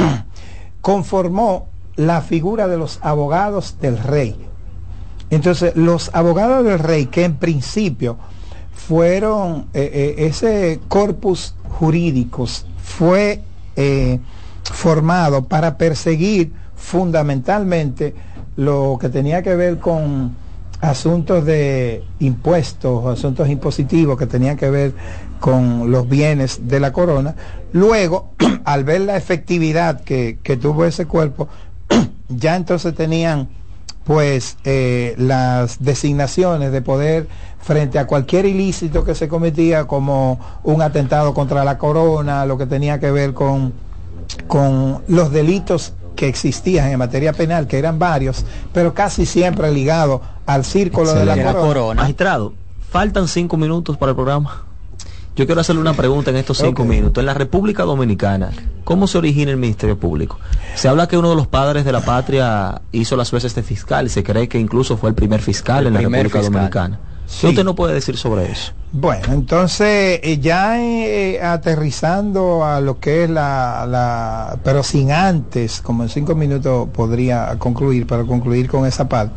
conformó la figura de los abogados del rey. Entonces, los abogados del rey, que en principio fueron, eh, eh, ese corpus jurídicos fue eh, formado para perseguir fundamentalmente lo que tenía que ver con asuntos de impuestos, asuntos impositivos que tenían que ver con los bienes de la corona. Luego, al ver la efectividad que, que tuvo ese cuerpo, ya entonces tenían pues eh, las designaciones de poder frente a cualquier ilícito que se cometía, como un atentado contra la corona, lo que tenía que ver con, con los delitos que existían en materia penal, que eran varios, pero casi siempre ligados al círculo de la, de la corona. corona. Magistrado, faltan cinco minutos para el programa. Yo quiero hacerle una pregunta en estos cinco okay. minutos. En la República Dominicana, ¿cómo se origina el Ministerio Público? Se habla que uno de los padres de la patria hizo las veces de fiscal y se cree que incluso fue el primer fiscal el en la República fiscal. Dominicana. Sí. ¿Qué usted no puede decir sobre eso? Bueno, entonces eh, ya eh, aterrizando a lo que es la, la... pero sin antes, como en cinco minutos podría concluir, para concluir con esa parte.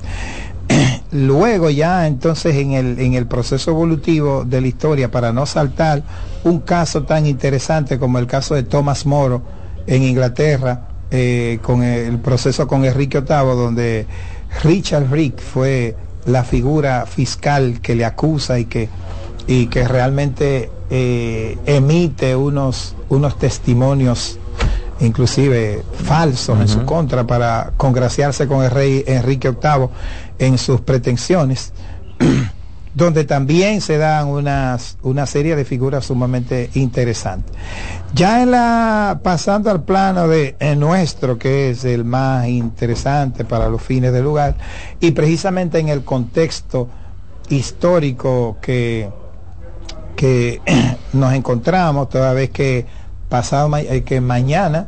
Luego ya entonces en el, en el proceso evolutivo de la historia, para no saltar un caso tan interesante como el caso de Thomas More en Inglaterra, eh, con el proceso con Enrique octavo, donde Richard Rick fue la figura fiscal que le acusa y que, y que realmente eh, emite unos, unos testimonios inclusive falsos uh-huh. en su contra para congraciarse con el rey Enrique octavo en sus pretensiones, donde también se dan unas, una serie de figuras sumamente interesantes. Ya en la, pasando al plano de nuestro, que es el más interesante para los fines del lugar, y precisamente en el contexto histórico que, que nos encontramos, toda vez que pasado que mañana,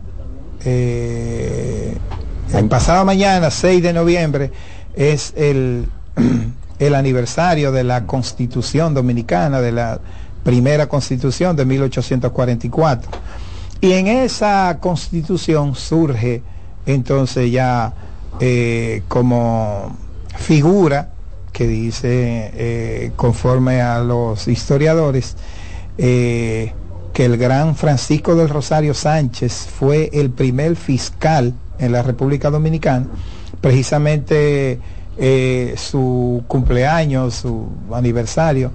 eh, el pasado mañana, seis de noviembre, es el, el aniversario de la Constitución Dominicana, de la primera Constitución de mil ochocientos cuarenta y cuatro. Y en esa Constitución surge entonces ya eh, como figura que dice, eh, conforme a los historiadores, eh, que el gran Francisco del Rosario Sánchez fue el primer fiscal en la República Dominicana. Precisamente eh, su cumpleaños, su aniversario,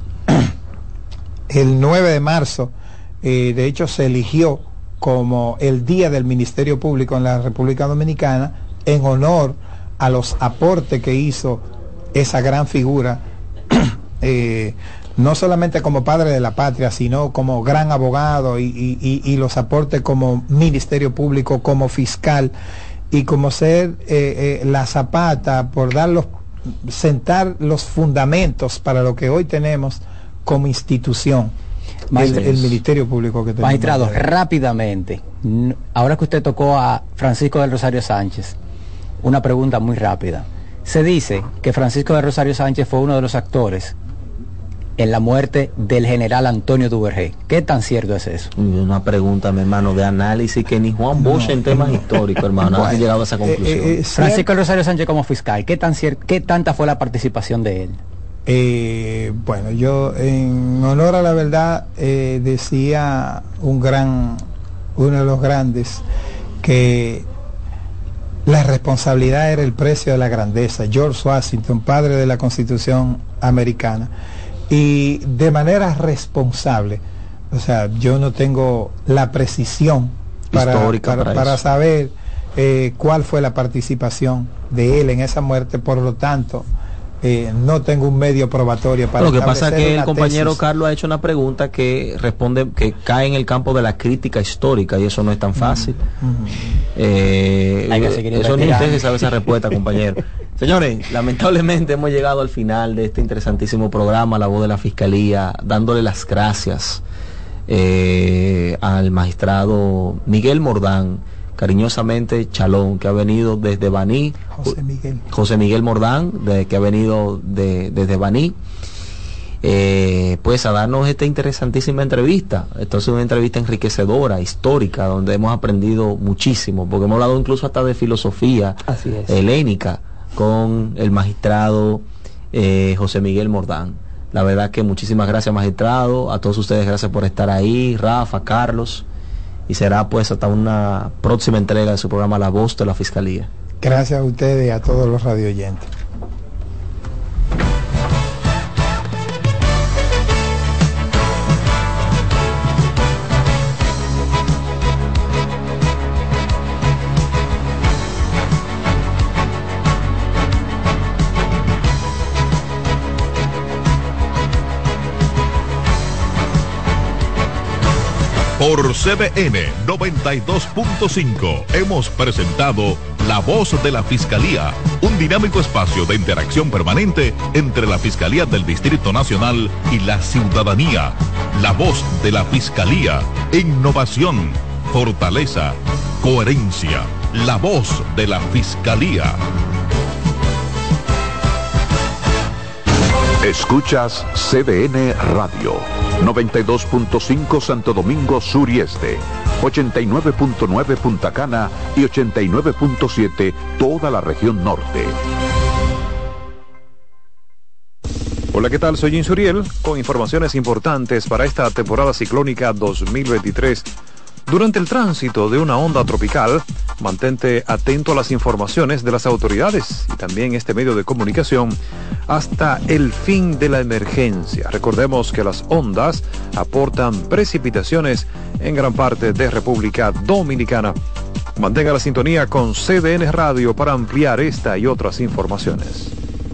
el nueve de marzo, eh, de hecho se eligió como el Día del Ministerio Público en la República Dominicana, en honor a los aportes que hizo esa gran figura, eh, no solamente como padre de la patria, sino como gran abogado y, y, y los aportes como Ministerio Público, como fiscal, y como ser eh, eh, la zapata, por dar los, sentar los fundamentos para lo que hoy tenemos como institución, el, el Ministerio Público que tenemos. Magistrado, rápidamente, ahora que usted tocó a Francisco del Rosario Sánchez, una pregunta muy rápida. Se dice que Francisco del Rosario Sánchez fue uno de los actores en la muerte del general Antonio Duvergé. ¿Qué tan cierto es eso? Una pregunta, mi hermano, de análisis que ni Juan Bosch no, en temas no. históricos, hermano, bueno, ha llegado a esa conclusión. Eh, eh, Francisco del Rosario Sánchez como fiscal, ¿qué tan cier- qué tanta fue la participación de él? Eh, bueno, yo en honor a la verdad eh, decía un gran, uno de los grandes, que la responsabilidad era el precio de la grandeza. George Washington, padre de la Constitución americana. Y de manera responsable, o sea, yo no tengo la precisión para, para, para, para saber eh, cuál fue la participación de él en esa muerte, por lo tanto, eh, no tengo un medio probatorio para lo que pasa es que el compañero tesis. Carlos ha hecho una pregunta que responde, que cae en el campo de la crítica histórica, y eso no es tan fácil. Uh-huh. eh, Hay que seguir eso ni usted sabe esa respuesta, compañero. Señores, lamentablemente hemos llegado al final de este interesantísimo programa La Voz de la Fiscalía, dándole las gracias eh, al magistrado Miguel Mordán, cariñosamente Chalón, que ha venido desde Baní. José Miguel. José Miguel Mordán, de, que ha venido de, desde Baní, eh, pues a darnos esta interesantísima entrevista. Esto es una entrevista enriquecedora, histórica, donde hemos aprendido muchísimo, porque hemos hablado incluso hasta de filosofía helénica con el magistrado eh, José Miguel Mordán. La verdad que muchísimas gracias, magistrado. A todos ustedes, gracias por estar ahí, Rafa, Carlos, y será pues hasta una próxima entrega de su programa La Voz de la Fiscalía. Gracias a ustedes y a todos los radioyentes. Por C D N noventa y dos punto cinco hemos presentado La Voz de la Fiscalía, un dinámico espacio de interacción permanente entre la Fiscalía del Distrito Nacional y la ciudadanía. La Voz de la Fiscalía, innovación, fortaleza, coherencia. La Voz de la Fiscalía. Escuchas C D N Radio, noventa y dos punto cinco Santo Domingo Sur y Este, ochenta y nueve punto nueve Punta Cana y ochenta y nueve punto siete toda la región norte. Hola, ¿qué tal? Soy Jim Suriel con informaciones importantes para esta temporada ciclónica dos mil veintitrés. Durante el tránsito de una onda tropical, mantente atento a las informaciones de las autoridades y también este medio de comunicación hasta el fin de la emergencia. Recordemos que las ondas aportan precipitaciones en gran parte de República Dominicana. Mantenga la sintonía con C D N Radio para ampliar esta y otras informaciones.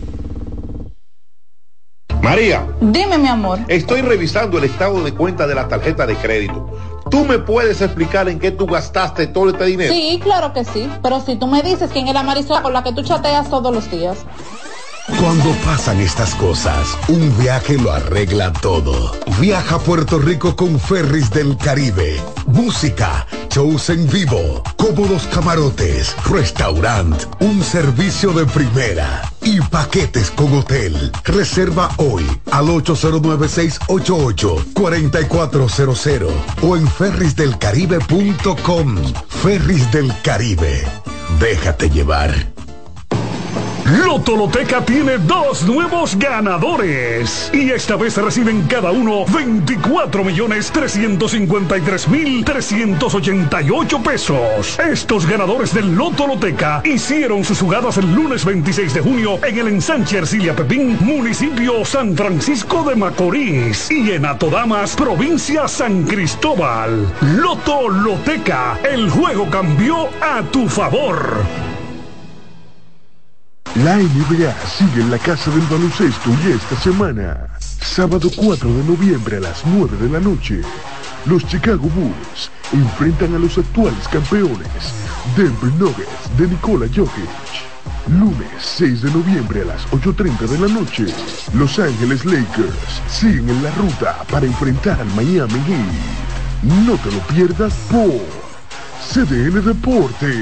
María. Dime, mi amor. Estoy revisando el estado de cuenta de la tarjeta de crédito. ¿Tú me puedes explicar en qué tú gastaste todo este dinero? Sí, claro que sí. Pero si tú me dices quién es la Marisol con la que tú chateas todos los días. Cuando pasan estas cosas, un viaje lo arregla todo. Viaja a Puerto Rico con Ferris del Caribe. Música, shows en vivo, cómodos camarotes, restaurant, un servicio de primera y paquetes con hotel. Reserva hoy al ocho cero nueve, seis ocho ocho, cuatro cuatro cero cero o en ferris del caribe punto com. Ferris del Caribe. Déjate llevar. Lotoloteca tiene dos nuevos ganadores y esta vez reciben cada uno veinticuatro millones trescientos cincuenta y tres mil trescientos ochenta y ocho pesos. Estos ganadores del Lotoloteca hicieron sus jugadas el lunes veintiséis de junio en el ensanche Ercilia Pepín, municipio San Francisco de Macorís, y en Atodamas, provincia San Cristóbal. Lotoloteca, el juego cambió a tu favor. La N B A sigue en la casa del baloncesto y esta semana, sábado cuatro de noviembre a las nueve de la noche, los Chicago Bulls enfrentan a los actuales campeones, Denver Nuggets de Nikola Jokic. Lunes seis de noviembre a las ocho y treinta de la noche, Los Ángeles Lakers siguen en la ruta para enfrentar al Miami Heat. No te lo pierdas por C D N Deportes.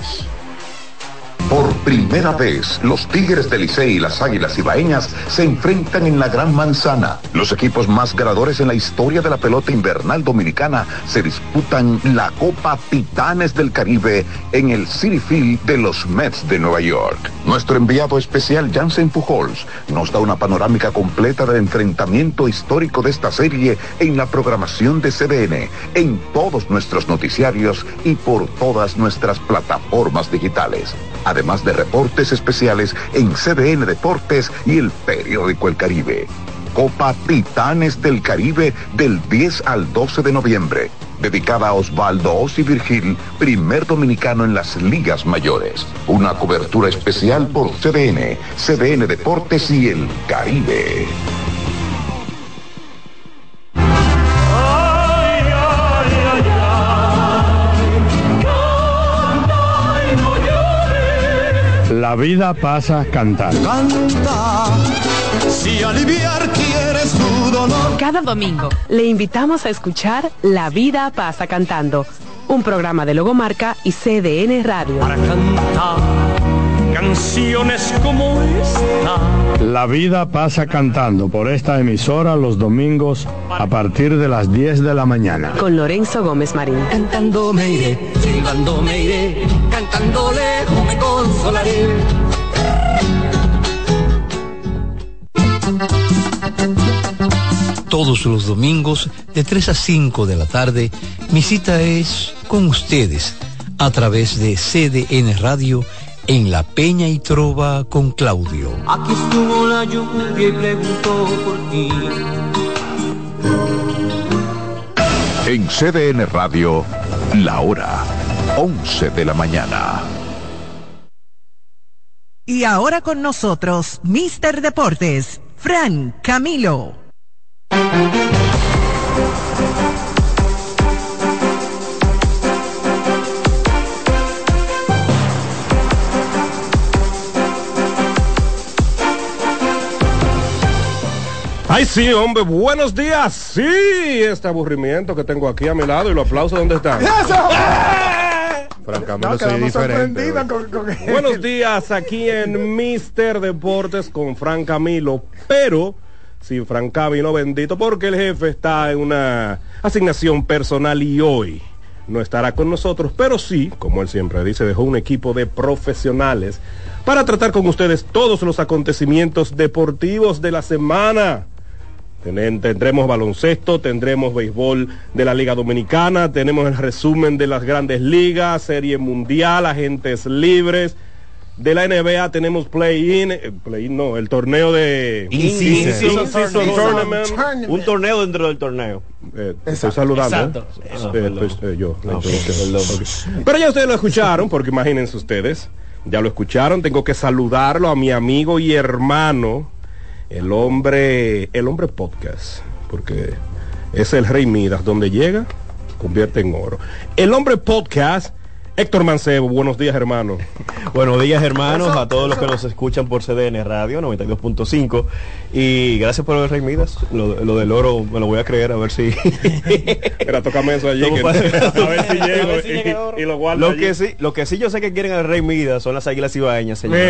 Por primera vez, los Tigres del Licey y las Águilas Ibaeñas se enfrentan en la Gran Manzana. Los equipos más ganadores en la historia de la pelota invernal dominicana se disputan la Copa Titanes del Caribe en el Citi Field de los Mets de Nueva York. Nuestro enviado especial Jansen Pujols nos da una panorámica completa del enfrentamiento histórico de esta serie en la programación de C D N, en todos nuestros noticiarios y por todas nuestras plataformas digitales. Además de reportes especiales en C D N Deportes y el periódico El Caribe. Copa Titanes del Caribe del diez al doce de noviembre, dedicada a Osvaldo Osi Virgil, primer dominicano en las ligas mayores. Una cobertura especial por C D N, C D N Deportes y el Caribe. La vida pasa cantando. Canta, si aliviar quieres tu dolor. Cada domingo le invitamos a escuchar La Vida Pasa Cantando, un programa de Logomarca y C D N Radio. Para cantar canciones como esta. La vida pasa cantando por esta emisora los domingos a partir de las diez de la mañana. Con Lorenzo Gómez Marín. Cantando me iré, silbando me iré, cantando lejos me consolaré. Todos los domingos de tres a cinco de la tarde, mi cita es con ustedes a través de C D N Radio en La Peña y Trova con Claudio. Aquí estuvo la lluvia y preguntó por ti. En C D N Radio, la hora once de la mañana. Y ahora con nosotros, míster Deportes, Fran Camilo. Ay, sí, hombre, buenos días. Sí, este aburrimiento que tengo aquí a mi lado y los aplausos, ¿dónde están? Francamente, no, soy diferente. Con, con... Buenos días aquí en míster Deportes con Fran Camilo, pero sin Fran Camilo bendito, porque el jefe está en una asignación personal y hoy no estará con nosotros, pero sí, como él siempre dice, dejó un equipo de profesionales para tratar con ustedes todos los acontecimientos deportivos de la semana. Tendremos baloncesto, tendremos béisbol de la Liga Dominicana, tenemos el resumen de las grandes ligas, serie mundial, agentes libres. De la N B A tenemos play-in, eh, play-in no, el torneo de In-Season, In-Season Tournament, un torneo dentro del torneo. Eh, estoy saludando. Eh, eh, pues, eh, yo, no, okay, okay. Pero ya ustedes lo escucharon, porque imagínense ustedes, ya lo escucharon, tengo que saludarlo a mi amigo y hermano, el hombre, el hombre podcast, porque es el Rey Midas, donde llega, convierte en oro. El hombre podcast, Héctor Mancebo, buenos días, hermano. Buenos días, hermanos, a todos los que nos escuchan por C D N Radio noventa y dos punto cinco. Y gracias por el Rey Midas. Lo, lo del oro me lo voy a creer, a ver si. Era, tócame eso allí. Que... a ver si llego ver si y, y lo guardo. Lo allí. que sí, lo que sí yo sé que quieren al Rey Midas son las Águilas Ibaeñas, señores.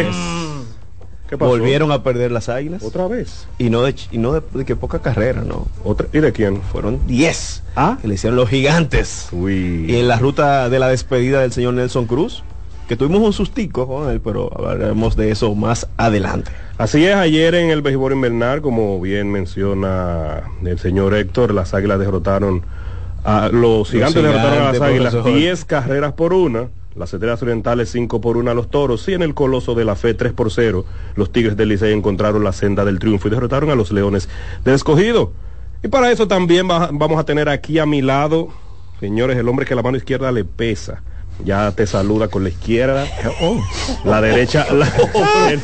¿Qué pasó? Volvieron a perder las Águilas. ¿Otra vez? Y no de, y no de, de que poca carrera, ¿no? ¿Otra? ¿Y de quién? Fueron diez. ¿Ah? Que le hicieron los Gigantes. Uy. Y en la ruta de la despedida del señor Nelson Cruz, que tuvimos un sustico con él, pero hablaremos de eso más adelante. Así es, ayer en el béisbol invernal, como bien menciona el señor Héctor, las Águilas derrotaron a los Gigantes, los gigantes derrotaron a las Águilas diez carreras por una. Las Estrellas Orientales cinco por uno a los Toros, y en el Coloso de la Fe tres por cero, los Tigres del Licey encontraron la senda del triunfo y derrotaron a los Leones del Escogido. Y para eso también va, vamos a tener aquí a mi lado, señores, el hombre que la mano izquierda le pesa. Ya te saluda con la izquierda, oh, la derecha, la, él,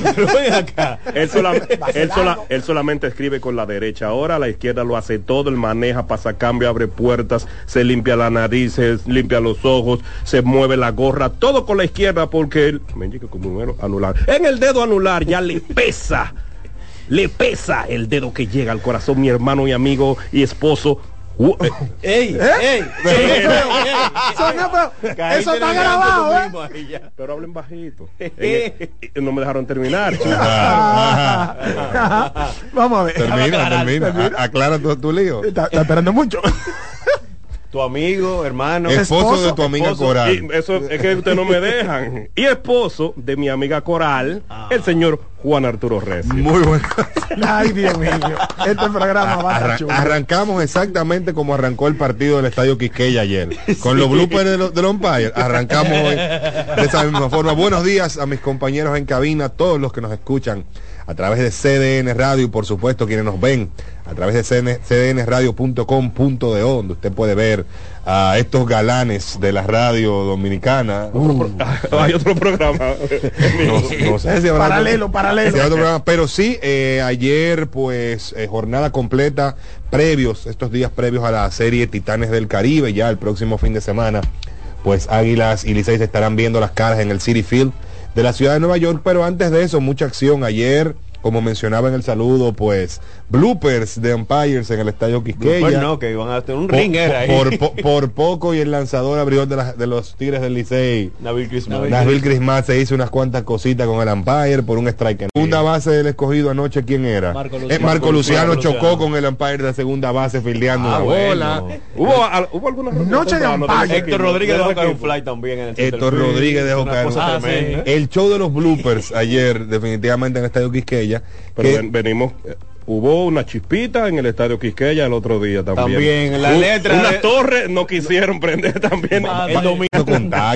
él, sola, él, sola, él solamente escribe con la derecha, ahora la izquierda lo hace todo, él maneja, pasa cambio, abre puertas, se limpia la nariz, se limpia los ojos, se mueve la gorra, todo con la izquierda, porque él, me indica como número anular, en el dedo anular ya le pesa, le pesa el dedo que llega al corazón, mi hermano y amigo y esposo. Uh, eh. ¡Ey! ¿Eh? ¡Ey! ¡Ey! Eso está grabado, ¿eh? Pero hablen bajito. Eh, no me dejaron terminar. Vamos a ver. Termina, termina. Aclara tu, tu lío. Está, está esperando mucho. Tu amigo, hermano, esposo, esposo de tu amiga esposo, Coral. Y eso es que ustedes no me dejan. Y esposo de mi amiga Coral, ah. el señor Juan Arturo Recio. Muy bueno. Ay, Dios mío. Este programa va a Arran chulo. Arrancamos exactamente como arrancó el partido del Estadio Quisqueya ayer. Con los bloopers de los del umpire. Arrancamos hoy de esa misma forma. Buenos días a mis compañeros en cabina, todos los que nos escuchan a través de C D N Radio y por supuesto quienes nos ven a través de C D N radio punto com punto do, donde usted puede ver a estos galanes de la radio dominicana. Uh. Hay otro programa. no, no sé si habrá paralelo, otro, paralelo. Si otro programa, pero sí, eh, ayer pues eh, jornada completa, previos, estos días previos a la serie Titanes del Caribe, ya el próximo fin de semana, pues Águilas y Licey se estarán viendo las caras en el Citi Field de la ciudad de Nueva York, pero antes de eso, mucha acción. Ayer, como mencionaba en el saludo, pues bloopers de umpires en el Estadio Quisqueya. Bloopers no, que iban a hacer un por, ring era ahí. Por, por, por poco y el lanzador abridor de, la, de los Tigres del Licey, Nabil Crismat. Nabil Crismat, se hizo unas cuantas cositas con el umpire por un strike. Segunda base del escogido anoche, ¿quién era? Marco Luciano, eh, Marco Marco Luciano Luciano chocó con el umpire de segunda base fildeando Ah, una bueno. bola. ¿Hubo, al, ¿Hubo alguna noche de umpire? Héctor Rodríguez dejó caer un fly también en el Héctor Rodríguez dejó caer un ah, sí. El show de los bloopers ayer, definitivamente en el Estadio Quisqueya. Pero que, ven, venimos... Eh, hubo una chispita en el Estadio Quisqueya el otro día también. También, la Hubo letra Una de... torre no quisieron prender también Va, el domingo. Contacto.